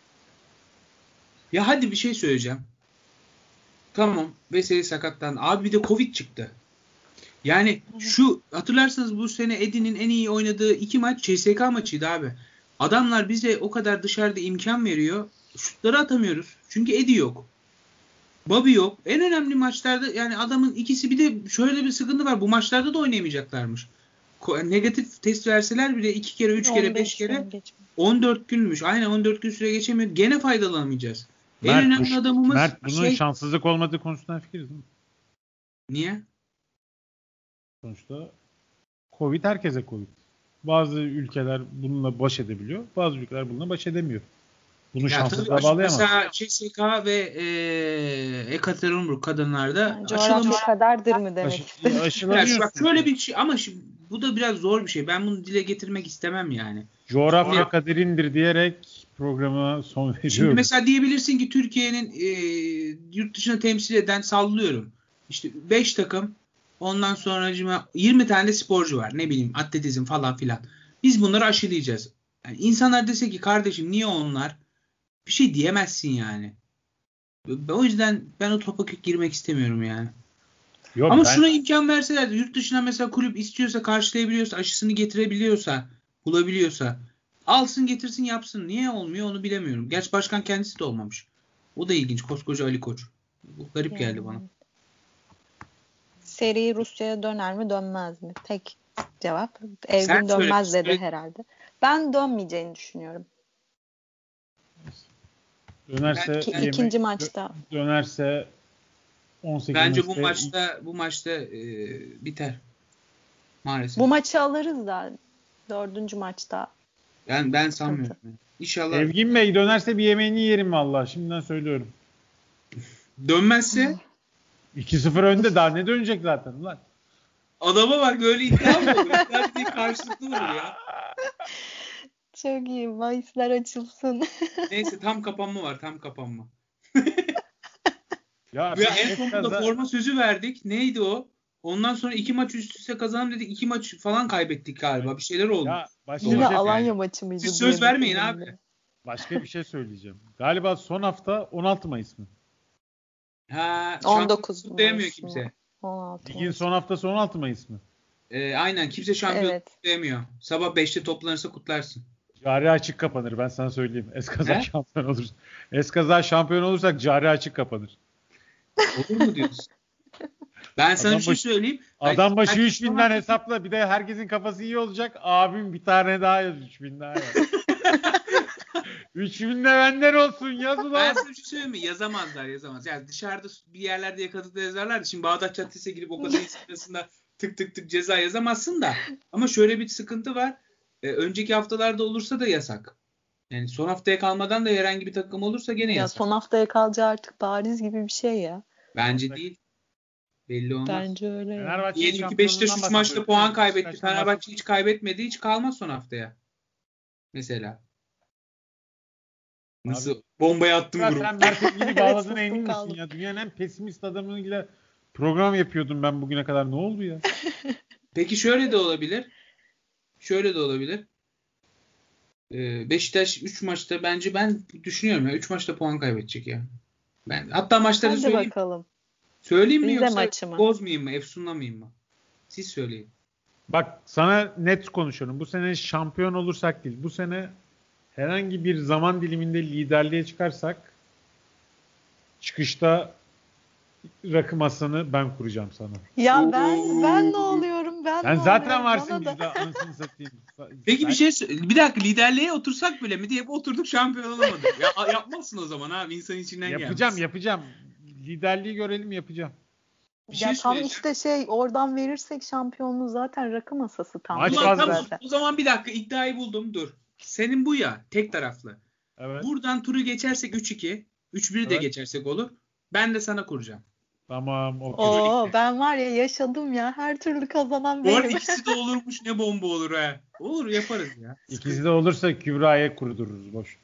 Ya hadi bir şey söyleyeceğim. Tamam. Veseli sakatlandı. Abi bir de Covid çıktı. Yani şu hatırlarsanız bu sene Edin'in en iyi oynadığı 2 maç CSK maçıydı abi. Adamlar bize o kadar dışarıda imkan veriyor. Şutları atamıyoruz. Çünkü Edi yok. Bobby yok. En önemli maçlarda yani adamın ikisi bir de şöyle bir sıkıntı var. Bu maçlarda da oynayamayacaklarmış. Negatif test verseler bile 2 kere, 3 kere, 5 kere 14 günmüş. Aynen 14 gün süre geçemiyor. Gene faydalanamayacağız. En önemli adamımız Mert bunun şanssızlık olmadığı konusunda fikiriz değil mi? Niye? Sonuçta Covid herkese Covid. Bazı ülkeler bununla baş edebiliyor. Bazı ülkeler bununla baş edemiyor. Bunu şanssızlığa bağlayamaz. Mesela CSK ve Ekaterinburg kadınlarda coğrafya kaderdir mi demek istedim. Bak şöyle bir şey ama bu da biraz zor bir şey. Ben bunu dile getirmek istemem yani. Coğrafya kaderindir diyerek programa son veriyorum. Şimdi mesela diyebilirsin ki Türkiye'nin yurt dışına temsil eden sallıyorum. İşte 5 takım ondan sonra 20 tane de sporcu var. Ne bileyim atletizm falan filan. Biz bunları aşılayacağız. Yani insanlar dese ki kardeşim niye onlar? Bir şey diyemezsin yani. O yüzden ben o topa girmek istemiyorum yani. Yok, ama şuna imkan verseler yurt dışına mesela kulüp istiyorsa karşılayabiliyorsa aşısını getirebiliyorsa bulabiliyorsa alsın getirsin yapsın. Niye olmuyor onu bilemiyorum. Gerçi başkan kendisi de olmamış. O da ilginç. Koskoca Ali Koç. Bu garip geldi bana. Seri Rusya'ya döner mi dönmez mi? Tek cevap. Evgin dönmez dedi herhalde. Ben dönmeyeceğini düşünüyorum. Dönerse ikinci maçta. Dönerse 18 bence bu maçta biter. Maalesef. Bu maçı alırız da 4. maçta. Ben sanmıyorum. İnşallah. Evgin Bey dönerse bir yemeğini yerim vallahi. Şimdiden söylüyorum. Dönmezse 2-0 önde daha ne dönecek zaten ulan. Adama bak böyle iddia mı olur? İddia karşılıklı olur ya. Çok iyi. Bahisler açılsın. Neyse tam kapanma var. Tam kapanma. Ya en sonunda forma sözü verdik. Neydi o? Ondan sonra 2 maç üst üste kazanalım dedik. 2 maç falan kaybettik galiba. Bir şeyler oldu. Ya yine Alanya maçı mıydı? Siz söz vermeyin abi. Başka bir şey söyleyeceğim. Galiba son hafta 16 Mayıs mı? 19 kutlayamıyor kimse. 16 Ligin son haftası 16 Mayıs mı? Aynen. Kimse şampiyon kutlayamıyor. Sabah 5'te toplanırsa kutlarsın. Cari açık kapanır. Ben sana söyleyeyim. Eskaza şampiyon olursak cari açık kapanır. Olur mu diyorsun? Ben sana bir şey söyleyeyim. Adam başı 3000'den hesapla. Bir de herkesin kafası iyi olacak. Abim bir tane daha yaz. 3000 daha yaz. 3000 de benden olsun yaz ulan. Ben sana bir şey söyleyeyim mi? Yazamazlar. Yani dışarıda bir yerlerde yakaladıkta yazarlar. Şimdi Bağdat Caddesi'ne girip o kadar insan arasında tık tık tık ceza yazamazsın da. Ama şöyle bir sıkıntı var. Önceki haftalarda olursa da yasak. Yani son haftaya kalmadan da herhangi bir takım olursa gene yasak. Son haftaya kalacağı artık bariz gibi bir şey ya. Bence değil. Belli olmaz. Bence öyle. Diyelim ki Beşiktaş 3 maçta puan kaybetti. Fenerbahçe hiç kaybetmedi. Hiç kalmaz son haftaya. Mesela. Nasıl? Abi, bombaya attım grubu. Sen Mert'e ilgili bağladığına emin misin ya? Dünyanın en pesimist adamıyla program yapıyordum ben bugüne kadar. Ne oldu ya? Peki şöyle de olabilir. Beşiktaş 3 maçta bence ben düşünüyorum ya 3 maçta puan kaybedecek ya. Ben hatta maçları söyleyeyim. Bakalım. Söyleyeyim mi yoksa bozmayayım mı? Efsunlamayayım mı? Siz söyleyin. Bak sana net konuşuyorum. Bu sene şampiyon olursak değil. Bu sene herhangi bir zaman diliminde liderliğe çıkarsak çıkışta rakı masasını ben kuracağım sana. Ya ben ne oluyorum? Sen zaten varsın bizde anasını satayım. Peki bir dakika liderliğe otursak bile mi diye oturduk şampiyon olamadık. Ya yapmazsın o zaman abi insan içinden gelmez. Yapacağım. liderliği görelim, yapacağım. Bir şey Ya tam söyleyeceğim. işte oradan verirsek şampiyonluğu zaten rakı masası tam. Maç Ulan fazla. tamam. O zaman bir dakika, iddiayı buldum, dur. Senin bu ya tek taraflı. Evet. Buradan turu geçersek 3-2. 3-1 de Evet. geçersek olur. Ben de sana kuracağım. Tamam. Okey. Oo, ben var ya yaşadım ya. Her türlü kazanan Bu arada benim. ikisi de olurmuş, ne bomba olur ha. Olur, yaparız ya. İkisi de olursa Kübra'ya kurdururuz. Boş.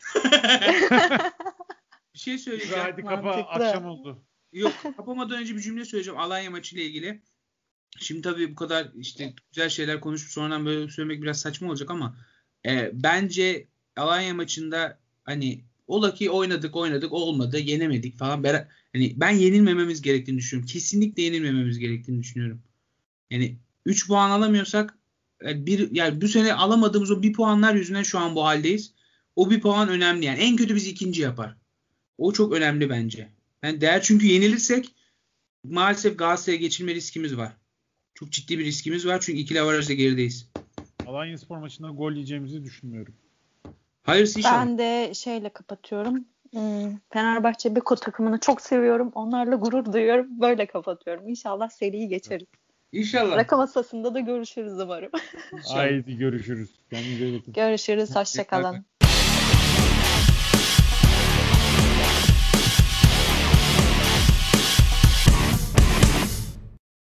Bir şey Kübra söyleyeceğim. hadi kapa, Mantıklı. akşam oldu. Yok, kapamadan önce bir cümle söyleyeceğim Alanya maçıyla ilgili. Şimdi tabii bu kadar işte güzel şeyler konuşup sonradan böyle söylemek biraz saçma olacak ama bence Alanya maçında hani ola ki oynadık olmadı, yenemedik falan. Hani ben yenilmememiz gerektiğini düşünüyorum. Kesinlikle yenilmememiz gerektiğini düşünüyorum. Yani 3 puan alamıyorsak yani bu sene alamadığımız o 1 puanlar yüzünden şu an bu haldeyiz. O 1 puan önemli yani. En kötü bizi ikinci yapar. O çok önemli bence. Yani çünkü yenilirsek maalesef Galatasaray'a geçilme riskimiz var. Çok ciddi bir riskimiz var çünkü ikili avarajda gerideyiz. Alanyaspor maçında gol yiyeceğimizi düşünmüyorum. Hayırlısı inşallah. Ben de şeyle kapatıyorum. Fenerbahçe Beko takımını çok seviyorum. Onlarla gurur duyuyorum. Böyle kapatıyorum. İnşallah seriyi geçeriz. İnşallah. Rakı masasında da görüşürüz umarım. İnşallah. Haydi görüşürüz. Kendinize iyi bakın. Görüşürüz. Hoşça kalın.